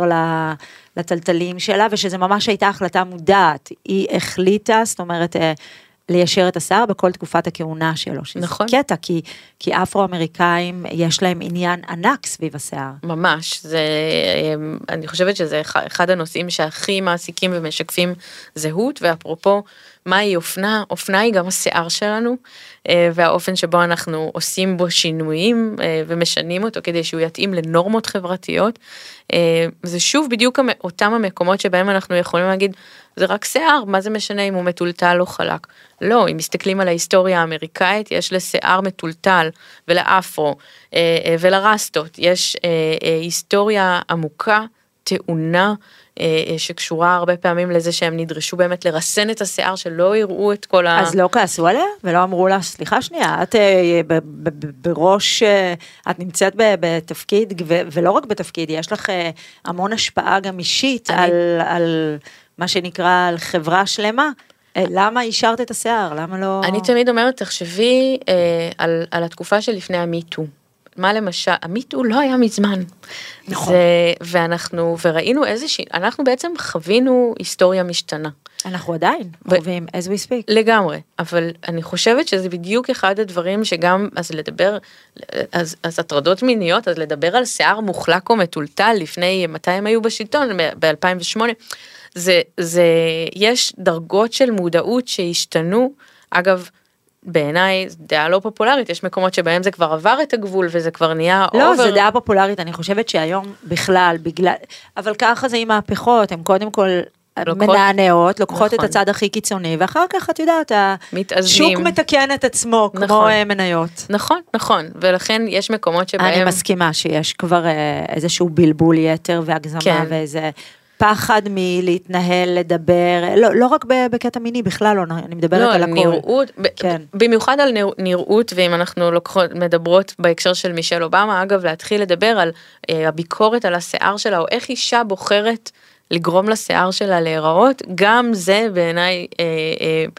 לטלטלים שלה, ושזה ממש הייתה החלטה מודעת, היא החליטה, זאת אומרת, ליישר את השיער בכל תקופת הכהונה שלו, שזה נכון. קטע, כי, כי אפרו-אמריקאים יש להם עניין ענק סביב השיער. ממש, זה, אני חושבת שזה אחד הנושאים שהכי מעסיקים ומשקפים זהות, ואפרופו, מהי אופנה? אופנה היא גם השיער שלנו, והאופן שבו אנחנו עושים בו שינויים, ומשנים אותו כדי שהוא יתאים לנורמות חברתיות, זה שוב בדיוק אותם המקומות שבהם אנחנו יכולים להגיד, זה רק שיער, מה זה משנה אם הוא מטולטל או חלק? לא, אם מסתכלים על ההיסטוריה האמריקאית, יש לשיער מטולטל ולאפרו ולרסטות, יש היסטוריה עמוקה, טעונה, שקשורה הרבה פעמים לזה שהם נדרשו באמת לרסן את השיער, שלא יראו את כל ה... אז לא כעסו עליה, ולא אמרו לה, סליחה שנייה, את בראש, את נמצאת בתפקיד, ולא רק בתפקיד, יש לך המון השפעה גם אישית על מה שנקרא, על חברה שלמה, למה אישרת את השיער, למה לא... אני תמיד אומרת, תחשבי על התקופה שלפני המיטו, מה למשל, המיטו לא היה מזמן. נכון. זה, ואנחנו, וראינו איזושהי, אנחנו בעצם חווינו היסטוריה משתנה. אנחנו עדיין חווים, as we speak. לגמרי, אבל אני חושבת שזה בדיוק אחד הדברים שגם, אז לדבר, אז, אז הטרדות מיניות, אז לדבר על שיער מוחלק או מטולטל, לפני מתי הם היו בשלטון, ב-אלפיים ושמונה, זה, זה, יש דרגות של מודעות שהשתנו, אגב, בעיניי זה דעה לא פופולרית, יש מקומות שבהם זה כבר עבר את הגבול, וזה כבר נהיה לא, אובר. זה דעה פופולרית, אני חושבת שהיום בכלל, בגלל, אבל ככה זה עם מהפכות, הם קודם כל לוקחות, מנענעות, לוקחות נכון. את הצד הכי קיצוני, ואחר כך את יודעת, מתאזנים. השוק מתקן את עצמו, נכון. כמו מניות. נכון, נכון, ולכן יש מקומות שבהם... אני מסכימה שיש כבר איזשהו בלבול יתר והגזמה, כן. ואיזה... פחד מלהתנהל, לדבר, לא, לא רק בקטע מיני, בכלל לא, אני מדברת לא, על הכל. נראות, כן. במיוחד על נראות, ואם אנחנו לוקחות, מדברות בהקשר של מישל אובמה, אגב, להתחיל לדבר על אה, הביקורת על השיער שלה, או איך אישה בוחרת לגרום לשיער שלה להיראות, גם זה בעיניי, אה, אה,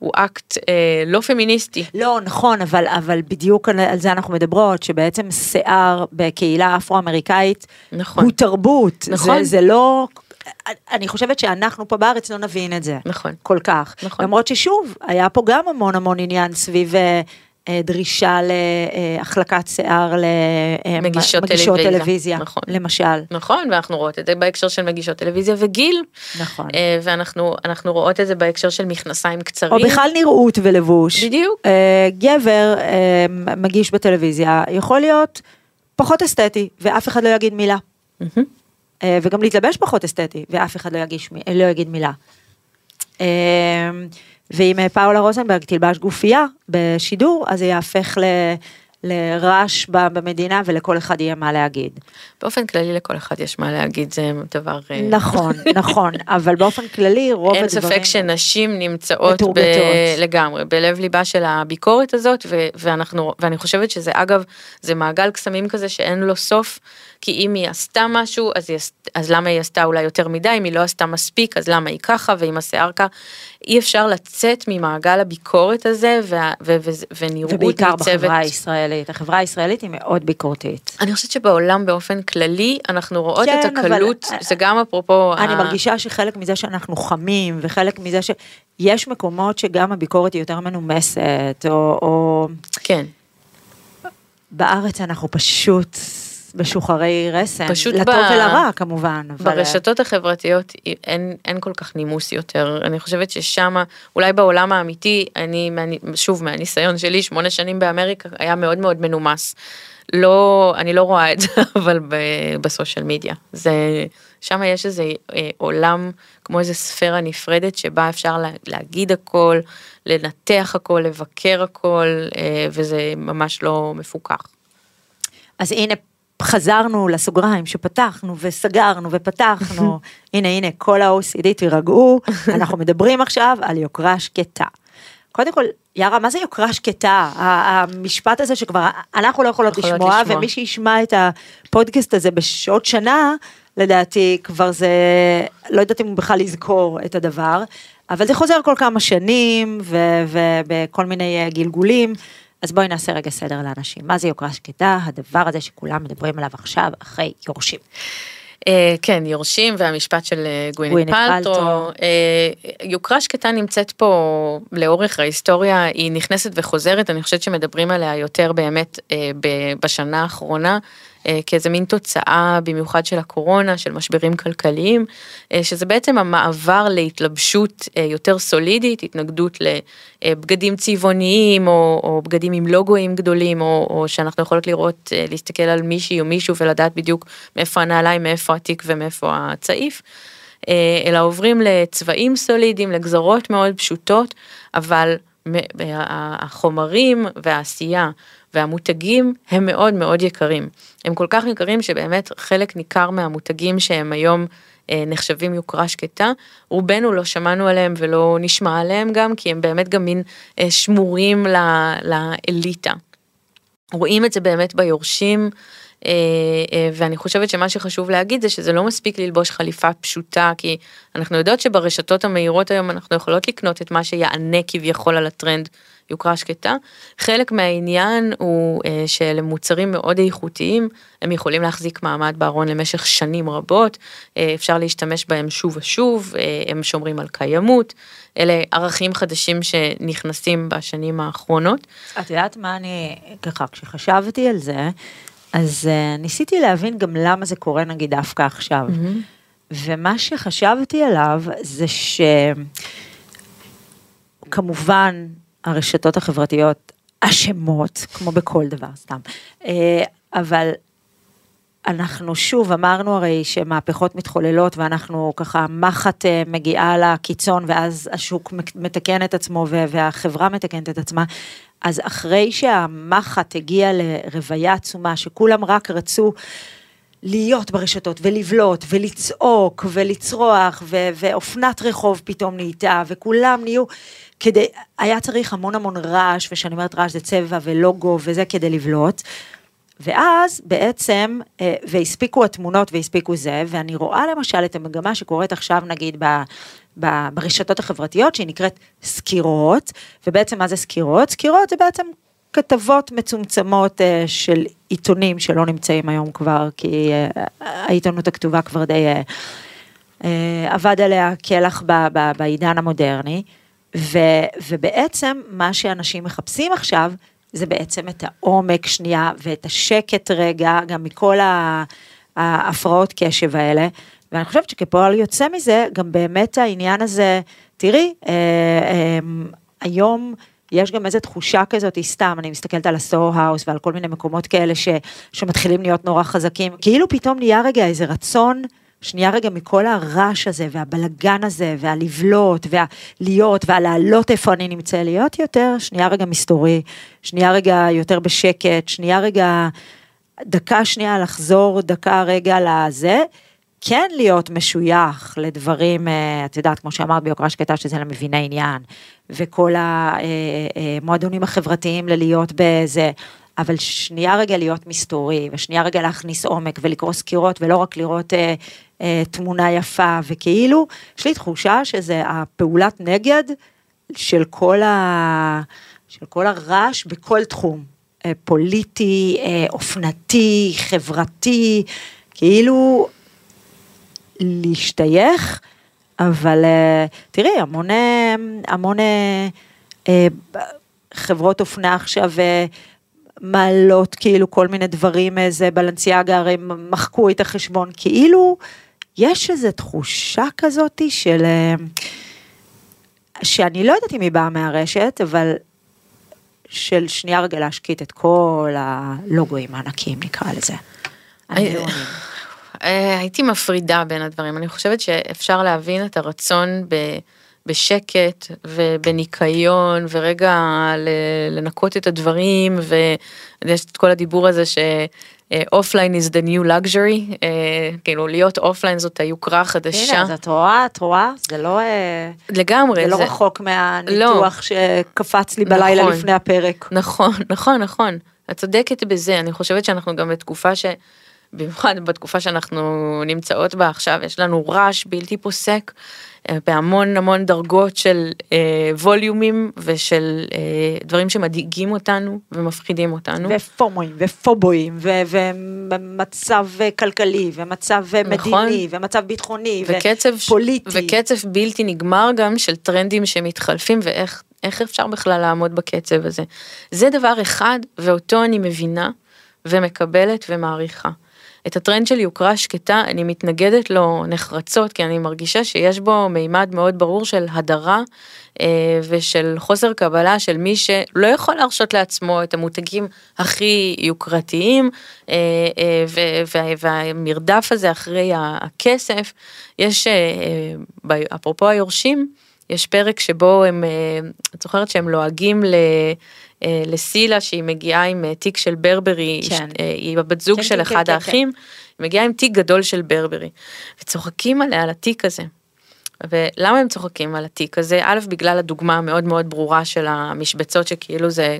הוא אקט אה, לא פמיניסטי. לא, נכון, אבל, אבל בדיוק על, על זה אנחנו מדברות, שבעצם שיער בקהילה אפרו-אמריקאית, נכון. הוא תרבות. נכון. זה, זה לא, אני חושבת שאנחנו פה בארץ לא נבין את זה. נכון. כל כך. נכון. למרות ששוב, היה פה גם המון המון עניין סביב דרישה להחלקת שיער למגישות טלוויזיה, טלוויזיה נכון. למשל. נכון, ואנחנו רואות את זה בהקשר של מגישות טלוויזיה וגיל. נכון. ואנחנו אנחנו רואות את זה בהקשר של מכנסיים קצרים. או בכלל נראות ולבוש. בדיוק. גבר מגיש בטלוויזיה, יכול להיות פחות אסתטי, ואף אחד לא יגיד מילה. וגם להתלבש פחות אסתטי, ואף אחד לא יגיש, לא יגיד מילה. ואם פאולה רוזנברג תלבש גופייה בשידור, אז זה יהפך ל... לרעש במדינה, ולכל אחד יהיה מה להגיד. באופן כללי לכל אחד יש מה להגיד, זה דבר... נכון, נכון, אבל באופן כללי רוב אין הדברים... ספק שנשים נמצאות ב... לגמרי, בלב ליבה של הביקורת הזאת, ו... ואנחנו... ואני חושבת שזה אגב, זה מעגל קסמים כזה שאין לו סוף, כי אם היא עשתה משהו, אז, היא... אז למה היא עשתה אולי יותר מדי, אם היא לא עשתה מספיק, אז למה היא ככה, ואם השיער ככה, אי אפשר לצאת ממעגל הביקורת הזה, ו... ו... ו... ונראות ובעיקר ניצבת... בחברה הישראלית, החברה הישראלית היא מאוד ביקורתית. אני חושבת שבעולם באופן כללי, אנחנו רואות כן, את הקלות, אבל... זה גם אפרופו... אני ה... מרגישה שחלק מזה שאנחנו חמים, וחלק מזה שיש מקומות שגם הביקורת היא יותר מנומסת, או... או... כן. בארץ אנחנו פשוט... בשוחרי רסן, פשוט לטוב ב... ולרע כמובן. ברשתות אבל... החברתיות אין, אין כל כך נימוס יותר, אני חושבת ששם, אולי בעולם האמיתי, אני, שוב מהניסיון שלי, שמונה שנים באמריקה, היה מאוד מאוד מנומס, לא, אני לא רואה את זה, אבל בסושיאל מדיה, זה, שם יש איזה אה, עולם, כמו איזה ספירה נפרדת, שבה אפשר לה, להגיד הכל, לנתח הכל, לבקר הכל, אה, וזה ממש לא מפוקח. אז הנה, חזרנו לסוגריים שפתחנו וסגרנו ופתחנו, הנה הנה כל ה-או אי סי די תירגעו, אנחנו מדברים עכשיו על יוקרה שקטה. קודם כל, יארה, מה זה יוקרה שקטה? המשפט הזה שכבר אנחנו לא יכולות לשמוע, ומי שישמע את הפודקאסט הזה בשעות שנה, לדעתי כבר זה, לא יודעת אם הוא בכלל יזכור את הדבר, אבל זה חוזר כל כמה שנים, ובכל מיני גלגולים, אז בואי נעשה רגע סדר לאנשים. מה זה יוקרה שקטה? הדבר הזה שכולם מדברים עליו עכשיו, אחרי יורשים. כן, יורשים והמשפט של גווינית פלטרו. יוקרה שקטה נמצאת פה לאורך ההיסטוריה, היא נכנסת וחוזרת, אני חושבת שמדברים עליה יותר באמת בשנה האחרונה, כאיזה מין תוצאה במיוחד של הקורונה, של משברים כלכליים, שזה בעצם המעבר להתלבשות יותר סולידית, התנגדות לבגדים צבעוניים, או, או בגדים עם לוגויים גדולים, או, או שאנחנו יכולות לראות, להסתכל על מישהי או מישהו, ולדעת בדיוק מאיפה הנעליים, מאיפה התיק ומאיפה הצעיף, אלא עוברים לצבעים סולידיים, לגזרות מאוד פשוטות, אבל החומרים והעשייה והמותגים הם מאוד מאוד יקרים. הם כל כך יקרים שבאמת חלק ניכר מהמותגים שהם היום נחשבים יוקרה שקטה, רובנו לא שמענו עליהם ולא נשמע עליהם גם, כי הם באמת גם מין שמורים לאליטה. רואים את זה באמת ביורשים, ואני חושבת שמה שחשוב להגיד זה שזה לא מספיק ללבוש חליפה פשוטה, כי אנחנו יודעות שברשתות המהירות היום אנחנו יכולות לקנות את מה שיענה כביכול על הטרנד יוקרה שקטה. חלק מהעניין הוא שלמוצרים מאוד איכותיים, הם יכולים להחזיק מעמד בארון למשך שנים רבות, אפשר להשתמש בהם שוב ושוב, הם שומרים על קיימות, אלה ערכים חדשים שנכנסים בשנים האחרונות. את יודעת מה אני, ככה, כשחשבתי על זה, אז uh, ניסיתי להבין גם למה זה קורה נגיד דווקא עכשיו. Mm-hmm. ומה שחשבתי עליו זה שכמובן הרשתות החברתיות אשמות, כמו בכל דבר סתם. Uh, אבל אנחנו שוב אמרנו הרי שמהפכות מתחוללות ואנחנו ככה מחט uh, מגיעה לקיצון ואז השוק מתקן את עצמו והחברה מתקנת את עצמה. אז אחרי שהמחט הגיע לרוויה עצומה, שכולם רק רצו להיות ברשתות ולבלוט ולצעוק ולצרוח, ו- ואופנת רחוב פתאום נהייתה, וכולם נהיו, כדי, היה צריך המון המון רעש, ושאני אומרת רעש זה צבע ולוגו וזה כדי לבלוט, ואז בעצם, והספיקו התמונות והספיקו זה, ואני רואה למשל את המגמה שקורית עכשיו נגיד ב, ב, ברשתות החברתיות, שהיא נקראת סקירות, ובעצם מה זה סקירות? סקירות זה בעצם כתבות מצומצמות של עיתונים שלא נמצאים היום כבר, כי העיתונות הכתובה כבר די עבד עליה כלח ב, ב, בעידן המודרני, ו, ובעצם מה שאנשים מחפשים עכשיו, זה בעצם את העומק שנייה, ואת השקט רגע, גם מכל ההפרעות קשב האלה, ואני חושבת שכפועל יוצא מזה, גם באמת העניין הזה, תראי, אה, אה, היום יש גם איזו תחושה כזאת, סתם, אני מסתכלת על הסוהו-האוס, ועל כל מיני מקומות כאלה, ש, שמתחילים להיות נורא חזקים, כאילו פתאום נהיה רגע איזה רצון, שנייה רגע מכל הרעש הזה, והבלגן הזה, והלבלות, והלהיות, והלהעלות איפה אני נמצא, להיות יותר, שנייה רגע מסתורי, שנייה רגע יותר בשקט, שנייה רגע, דקה שנייה לחזור, דקה רגע לזה, כן להיות משוייך לדברים, את יודעת, כמו שאמרת ביוקרה שקטה, שזה למביני עניין, וכל המועדונים החברתיים ללהיות בזה, אבל שנייה רגע להיות מסתורי, ושנייה רגע להכניס עומק, ולקרוא סקירות, ולא רק לראות אה, אה, תמונה יפה, וכאילו, יש לי תחושה שזה הפעולת נגד, של כל, ה, של כל הרעש, בכל תחום, אה, פוליטי, אה, אופנתי, חברתי, כאילו, להשתייך, אבל אה, תראי, המון, המון אה, אה, חברות אופנה עכשיו, אה, מעלות כאילו כל מיני דברים, איזה בלנסיאגה, הרי מחקו את החשבון, כאילו יש איזו תחושה כזאת של, שאני לא יודעת אם היא באה מהרשת, אבל של שנייה רגע להשקיט את כל הלוגויים הענקיים, נקרא לזה. הייתי מפרידה בין הדברים, אני חושבת שאפשר להבין את הרצון ב... בשקט ובניקיון, ורגע לנקות את הדברים, ויש את כל הדיבור הזה ש-offline is the new luxury, כאילו להיות offline זאת היוקרה החדשה. הנה, את רואה, את רואה, זה לא... לגמרי. זה לא רחוק מהניתוח שקפץ לי בלילה לפני הפרק. נכון, נכון, נכון. את צודקת בזה, אני חושבת שאנחנו גם בתקופה ש... במיוחד בתקופה שאנחנו נמצאות בה עכשיו, יש לנו רעש בלתי פוסק, בהמון המון דרגות של אה, ווליומים, ושל אה, דברים שמדאיגים אותנו, ומפחידים אותנו. ופומואים, ופובואים, ו- ומצב כלכלי, ומצב נכון. מדיני, ומצב ביטחוני, וקצב, ופוליטי. וקצב בלתי נגמר גם של טרנדים שמתחלפים, ואיך איך אפשר בכלל לעמוד בקצב הזה. זה דבר אחד, ואותו אני מבינה, ומקבלת ומעריכה. את הטרנד של יוקרה שקטה, אני מתנגדת לו נחרצות, כי אני מרגישה שיש בו מימד מאוד ברור של הדרה, אה, ושל חוסר קבלה של מי שלא יכול להרשות לעצמו את המותגים הכי יוקרתיים, אה, אה, ו- ו- והמרדף הזה אחרי הכסף, יש, אה, אה, אפרופו היורשים, יש פרק שבו הם, אה, את זוכרת שהם לועגים ל... לסילה שהיא מגיעה עם תיק של ברברי, כן. היא בבת זוג כן, של כן, אחד כן, האחים, כן. היא מגיעה עם תיק גדול של ברברי, וצוחקים עליה על התיק הזה. ולמה הם צוחקים על התיק הזה? א', בגלל הדוגמה המאוד מאוד ברורה של המשבצות, שכאילו זה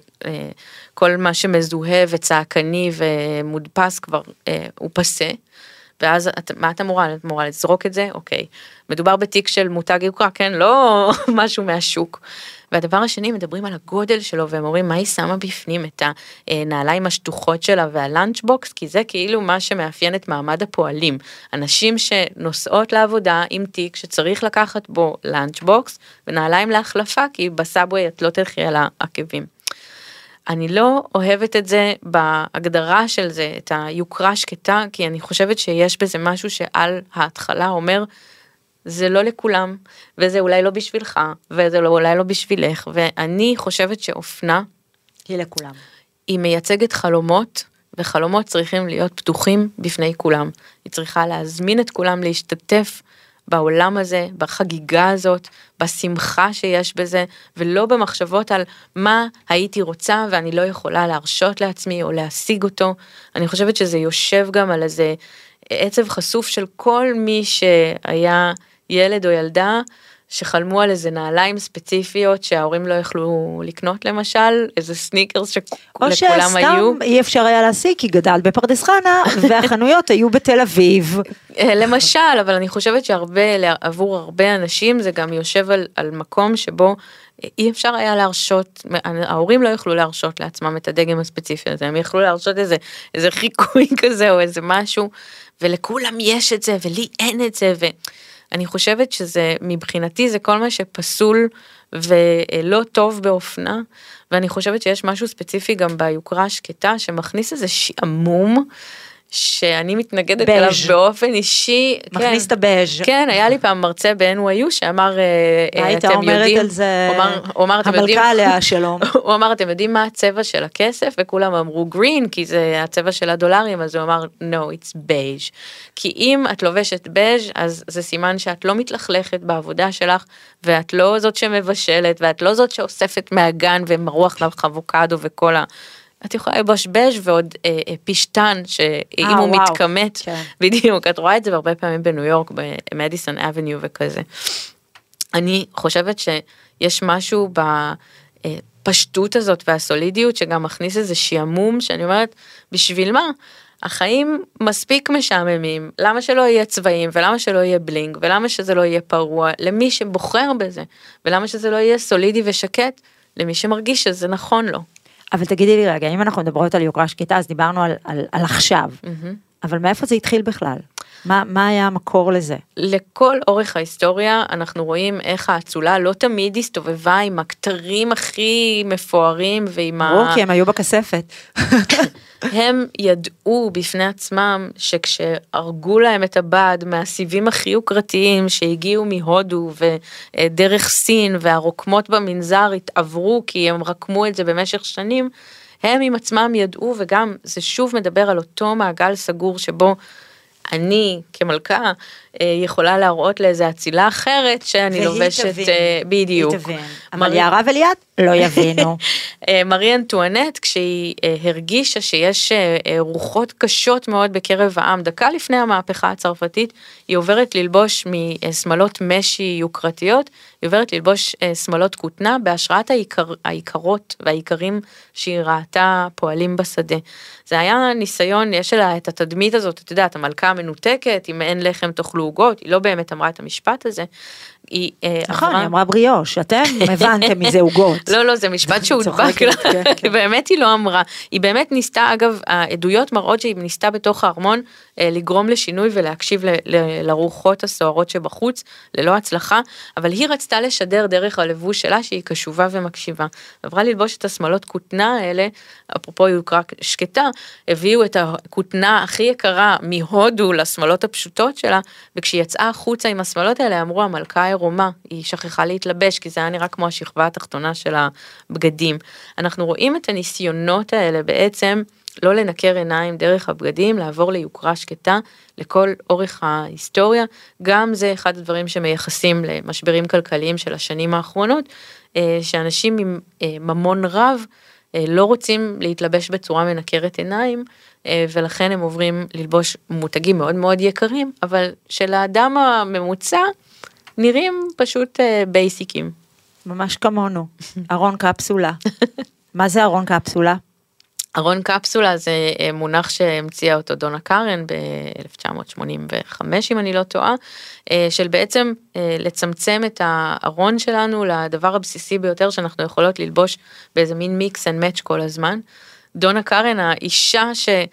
כל מה שמזוהה וצעקני ומודפס כבר הוא פסה, ואז מה את אמורה? את אמורה לזרוק את זה? אוקיי. מדובר בתיק של מותג יוקרה, כן? לא משהו מהשוק. והדבר השני, מדברים על הגודל שלו, והם אומרים, מה היא שמה בפנים את הנעליים השטוחות שלה והלאנצ'בוקס, כי זה כאילו מה שמאפיין את מעמד הפועלים. אנשים שנוסעות לעבודה עם תיק שצריך לקחת בו לאנצ'בוקס, ונעליים להחלפה, כי בסאבווי את לא תלכי על העקבים. אני לא אוהבת את זה בהגדרה של זה, את היוקרה שקטה, כי אני חושבת שיש בזה משהו שעל ההתחלה אומר, זה לא לכולם, וזה אולי לא בשבילך, וזה אולי לא בשבילך, ואני חושבת שאופנה, היא לכולם. היא מייצגת חלומות, וחלומות צריכים להיות פתוחים בפני כולם. היא צריכה להזמין את כולם להשתתף בעולם הזה, בחגיגה הזאת, בשמחה שיש בזה, ולא במחשבות על מה הייתי רוצה, ואני לא יכולה להרשות לעצמי, או להשיג אותו. אני חושבת שזה יושב גם על איזה עצב חשוף של כל מי שהיה ילד או ילדה, שחלמו על איזה נעליים ספציפיות שההורים לא יכלו לקנות למשל, איזה סניקרס שלכולם היו. או שסתם אי אפשר היה להשיג, כי גדל בפרדס חנה, והחנויות היו בתל אביב. למשל, אבל אני חושבת שהרבה, עבור הרבה אנשים, זה גם יושב על, על מקום שבו אי אפשר היה להרשות, ההורים לא יכלו להרשות לעצמם את הדגם הספציפי הזה, הם יכלו להרשות איזה, איזה חיקוי כזה או איזה משהו, ולכולם יש את זה, ולי אין את זה, ואני חושבת שזה, מבחינתי זה כל מה שפסול ולא טוב באופנה, ואני חושבת שיש משהו ספציפי גם ביוקרה השקטה, שמכניס איזה שעמום, שאני מתנגדת אליו באופן אישי. מכניס את הבז'. כן, היה לי פעם מרצה ב-אן וואי יו שאמר, היית אומרת על זה, המלכה עליה שלום. הוא אמר, אתם יודעים מה הצבע של הכסף? וכולם אמרו גרין, כי זה הצבע של הדולרים, אז הוא אמר, no, it's beige. כי אם את לובשת בז', אז זה סימן שאת לא מתלכלכת בעבודה שלך, ואת לא זאת שמבשלת, ואת לא זאת שאוספת מהגן, ומרוח לך אבוקדו וכל ה... את יכולה לבוש בז' ועוד אה, אה, פשטן, שאם הוא וואו. מתכמת, כן. בדיוק, את רואה את זה בהרבה פעמים בניו יורק, במדיסון אבניו וכזה. אני חושבת שיש משהו בפשטות הזאת והסולידיות, שגם מכניס איזה שעמום, שאני אומרת, בשביל מה? החיים מספיק משעממים, למה שלא יהיה צבעים, ולמה שלא יהיה בלינג, ולמה שזה לא יהיה פרוע, למי שבוחר בזה, ולמה שזה לא יהיה סולידי ושקט, למי שמרגיש שזה נכון לו. אבל תגידי לי רגע, אם אנחנו מדברות על יוקרה שקטה, אז דיברנו על, על, על עכשיו, mm-hmm. אבל מאיפה זה התחיל בכלל? מה, מה היה המקור לזה? לכל אורך ההיסטוריה, אנחנו רואים איך האצולה לא תמיד הסתובבה עם הכתרים הכי מפוארים, ועם ה... ברור, כי הם היו בכספת. הם ידעו בפני עצמם, שכשהרגו להם את הבד, מהסיבים הכי יוקרתיים, שהגיעו מהודו, ודרך סין, והרוקמות במנזר התעברו, כי הם רקמו את זה במשך שנים, הם עם עצמם ידעו, וגם זה שוב מדבר על אותו מעגל סגור, שבו אני כמלכה יכולה להראות לאיזה אצילה אחרת שאני לובשת בדיוק. אבל יערה וליאת לא יבינו. מרי אנטואנט, כשהיא הרגישה שיש רוחות קשות מאוד בקרב העם, דקה לפני המהפכה הצרפתית, היא עוברת ללבוש משמלות משי יוקרתיות, היא עוברת ללבוש שמלות כותנה, בהשראת העיקרות והעיקרים שהיא ראתה פועלים בשדה. זה היה ניסיון, יש לה את התדמית הזאת, אתה יודע, את המלכה המנותקת, אם אין לחם תאכלו עוגות, היא לא באמת אמרה את המשפט הזה, היא נכון, היא אמרה בריאוש, אתם הבנתם מזה עוגות. לא, לא, זה משפט שהודבק לה, באמת היא לא אמרה, היא באמת ניסתה, אגב, העדויות מראות שהיא ניסתה בתוך הארמון, לגרום לשינוי ולהקשיב לרוחות הסוערות שבחוץ, ללא הצלחה, אבל היא רצתה לשדר דרך הלבוש שלה, שהיא קשובה ומקשיבה, עברה ללבוש את השמלות כותנה האלה, אפרופו יוקרה שקטה, הביאו את הכותנה הכי יקרה מהודו לשמלות הפשוטות שלה, וכשהיא יצאה החוצה עם השמלות האלה, אמרו המלכה עירומה, היא שכחה להתלבש, כי זה היה נראה כמו השכבה התחתונה של הבגדים. אנחנו רואים את הניסיונות האלה בעצם, לא לנקר עיניים דרך הבגדים, לעבור ליוקרה שקטה, לכל אורך ההיסטוריה, גם זה אחד הדברים שמייחסים למשברים כלכליים של השנים האחרונות, שאנשים עם ממון רב, לא רוצים להתלבש בצורה מנקרת עיניים, ולכן הם עוברים ללבוש מותגים מאוד מאוד יקרים, אבל של האדם הממוצע, נראים פשוט בייסיקים. ממש כמונו, ארון קפסולה. מה זה ארון קפסולה? ארון קפסולה זה מונח שהמציאה אותו דונה קארן ב-אלף תשע מאות שמונים וחמש, אם אני לא טועה, של בעצם לצמצם את הארון שלנו לדבר הבסיסי ביותר שאנחנו יכולות ללבוש באיזה מין מיקס אנד מאץ' כל הזמן. דונה קארן, האישה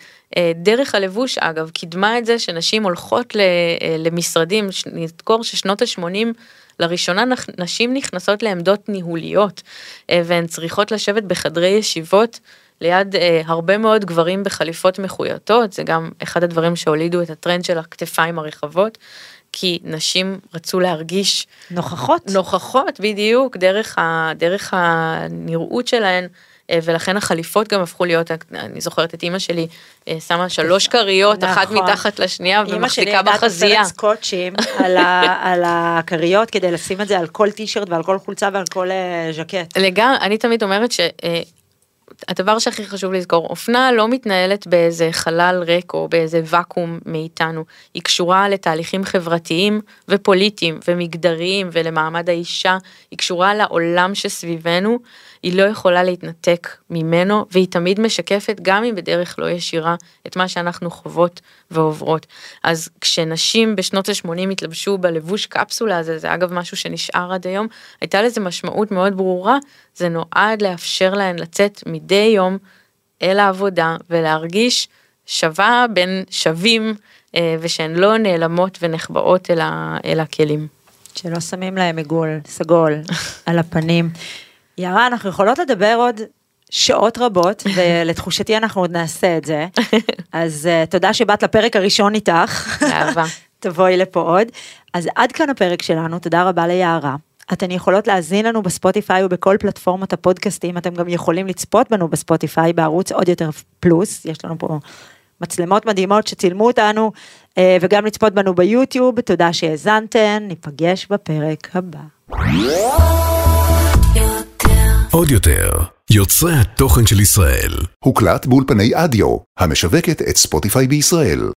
שדרך הלבוש, אגב, קידמה את זה שנשים הולכות למשרדים, נזכור ששנות ה-שמונים, לראשונה נשים נכנסות לעמדות ניהוליות, והן צריכות לשבת בחדרי ישיבות, ליד אה, הרבה מאוד גברים בחליפות מחויטות, זה גם אחד הדברים שהולידו את הטרנד של הכתפיים הרחבות, כי נשים רצו להרגיש נוכחות, נוכחות בדיוק, דרך, ה, דרך הנראות שלהן, אה, ולכן החליפות גם הפכו להיות, אני זוכרת את אמא שלי, אה, שמה שלוש קריות, אחת מתחת לשנייה, ומחזיקה בחזייה. אמא שלי הייתה סקוטשים על, ה, על הקריות, כדי לשים את זה על כל טישרט, ועל כל חולצה, ועל כל אה, ז'קט. לגמרי, אני תמיד אומרת ש... אה, הדבר שהכי חשוב לזכור, אופנה לא מתנהלת באיזה חלל ריק או באיזה וקום מאיתנו, היא קשורה לתהליכים חברתיים ופוליטיים ומגדריים ולמעמד האישה, היא קשורה לעולם שסביבנו, היא לא יכולה להתנתק ממנו, והיא תמיד משקפת, גם אם בדרך לא ישירה, את מה שאנחנו חוות ועוברות. אז כשנשים בשנות ה-שמונים התלבשו בלבוש קפסולה הזה, זה אגב משהו שנשאר עד היום, הייתה לזה משמעות מאוד ברורה, זה נועד לאפשר להן לצאת מדי יום אל העבודה, ולהרגיש שווה בין שווים, ושהן לא נעלמות ונחבאות אל, ה, אל הכלים. שלא שמים להם עיגול, סגול, על הפנים. יערה, אנחנו יכולות לדבר עוד שעות רבות, ולתחושתי אנחנו עוד נעשה את זה. אז uh, תודה שבאת לפרק הראשון איתך. אהבה. תבואי לפה עוד. אז עד כאן הפרק שלנו, תודה רבה ליערה. אתן יכולות להזין לנו בספוטיפיי ובכל פלטפורמת הפודקאסטים, אתם גם יכולים לצפות בנו בספוטיפיי, בערוץ עוד יותר פלוס, יש לנו פה מצלמות מדהימות שצילמו אותנו, וגם לצפות בנו ביוטיוב, תודה שהאזנתן, ניפגש בפרק הבא. עוד יותר, יוצרי התוכן של ישראל. הוקלט באולפני אדיו, המשווקת את ספוטיפיי בישראל.